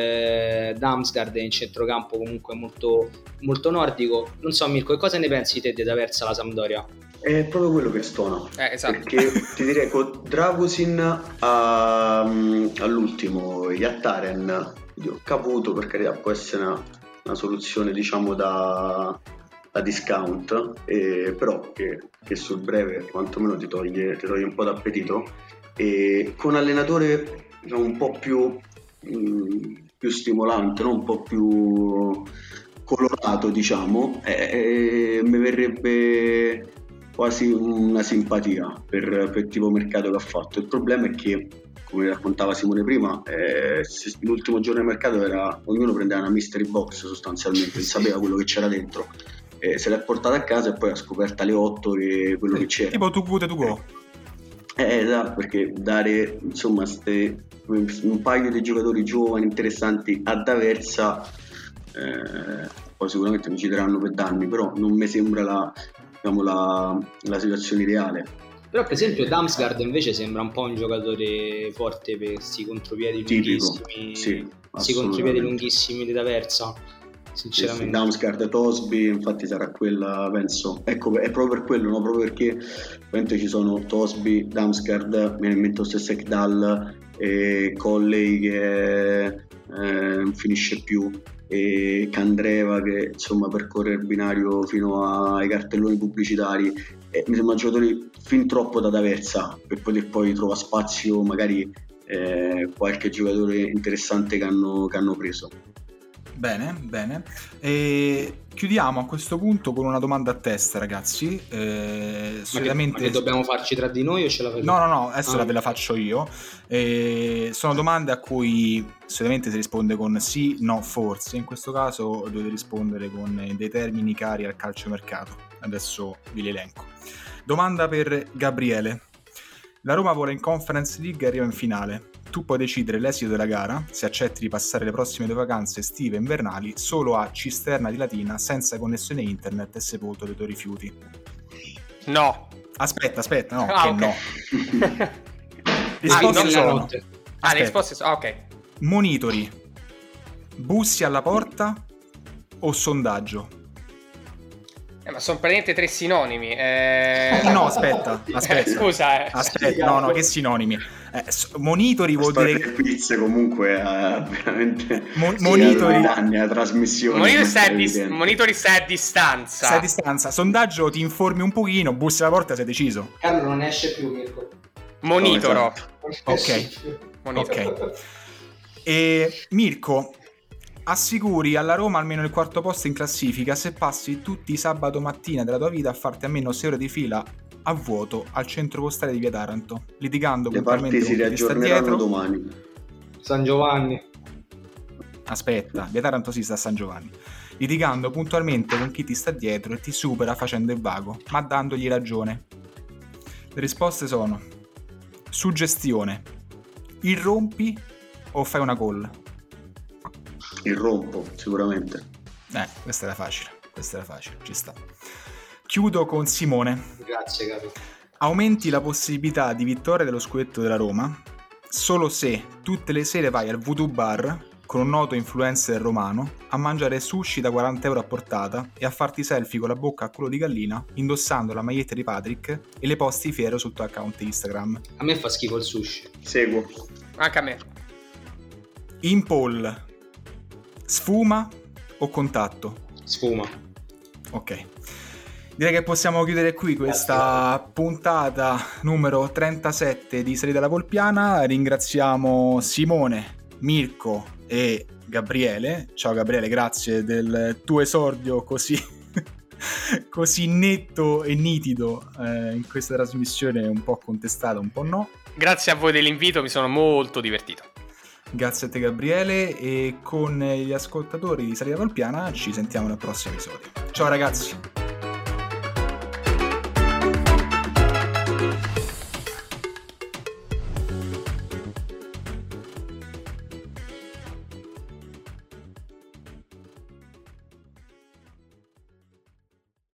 in centrocampo, comunque molto nordico. Non so, Mirko, che cosa ne pensi te di aver persa la Sampdoria? È proprio quello che stona, esatto. Perché ti direi con Dragusin all'ultimo, Yattaren, Caputo, per carità può essere una soluzione, diciamo, da discount, però che sul breve quantomeno ti toglie un po' d'appetito, e con allenatore, diciamo, un po' più stimolante, no? Un po' più colorato, diciamo, mi verrebbe quasi una simpatia per il tipo mercato che ha fatto. Il problema è che, come raccontava Simone prima, l'ultimo giorno di mercato ognuno prendeva una mystery box sostanzialmente, non sapeva quello che c'era dentro, se l'è portata a casa e poi ha scoperto alle 8 quello che c'era. Tipo Too Good To Go. Esatto, perché dare, insomma, un paio di giocatori giovani interessanti ad Aversa, poi sicuramente mi citeranno per danni, però non mi sembra la situazione ideale. Però per esempio Damsgaard invece sembra un po' un giocatore forte per questi contropiedi lunghissimi, sì, contropiedi lunghissimi di D'Aversa, sinceramente. Sì, Damsgaard, Tosby, infatti sarà quella, penso. Ecco, è proprio per quello, no? Proprio perché ovviamente ci sono Tosby, Damsgaard, mi viene in mente lo stesso Ekdal, e Colley che non finisce più, e Candreva che insomma percorre il binario fino ai cartelloni pubblicitari. Mi sembra un giocatore fin troppo da D'Aversa per poter poi trovare spazio magari qualche giocatore interessante che hanno preso. Bene. E chiudiamo a questo punto con una domanda a testa, ragazzi. Ma che dobbiamo farci tra di noi o ce la facciamo? No, adesso ve la faccio io. Sono domande a cui solitamente si risponde con sì, no, forse. In questo caso dovete rispondere con dei termini cari al calciomercato. Adesso vi li elenco. Domanda per Gabriele. La Roma vola in Conference League e arriva in finale. Tu puoi decidere l'esito della gara, se accetti di passare le prossime 2 vacanze estive e invernali solo a Cisterna di Latina, senza connessione internet e sepolto dei tuoi rifiuti. No. Aspetta, no, Ah, che ok. no. Risposte no, sono... notte. Le Aspetta. risposte sono... ok. Monitori, bussi alla porta o sondaggio? Ma sono praticamente 3 sinonimi. No, aspetta. Scusa. Aspetta, no, che sinonimi. Monitori vuol Storia dire... del quiz comunque ha veramente monitori... danni alla trasmissione. Monitori stai a distanza. Stai a distanza. Sondaggio ti informi un pochino, bussi alla porta, sei deciso. Carlo non esce più, Mirko. Monitoro. Ok. E Mirko, assicuri alla Roma almeno il 4º posto in classifica se passi tutti i sabato mattina della tua vita a farti almeno 6 ore di fila a vuoto al centro postale di Via Taranto, litigando Le puntualmente parti si con chi ti sta riaggiorneranno dietro. domani. San Giovanni. Aspetta, Via Taranto si sta a San Giovanni. Litigando puntualmente con chi ti sta dietro e ti supera facendo il vago, ma dandogli ragione. Le risposte sono: suggestione, irrompi o fai una call? Irrompo, sicuramente. Questa era facile, ci sta. Chiudo con Simone. Grazie, caro. Aumenti la possibilità di vittoria dello scudetto della Roma solo se tutte le sere vai al Voodoo Bar con un noto influencer romano a mangiare sushi da 40 euro a portata e a farti selfie con la bocca a culo di gallina indossando la maglietta di Patrick e le posti fiero sul tuo account Instagram. A me fa schifo il sushi. Seguo. Anche a me. In poll, sfuma o contatto? Sfuma. Ok. Direi che possiamo chiudere qui questa puntata numero 37 di Salita alla Volpiana. Ringraziamo Simone, Mirko e Gabriele. Ciao Gabriele, grazie del tuo esordio così netto e nitido in questa trasmissione un po' contestata, un po' no. Grazie a voi dell'invito, mi sono molto divertito. Grazie a te Gabriele, e con gli ascoltatori di Salita Volpiana ci sentiamo nel prossimo episodio. Ciao ragazzi!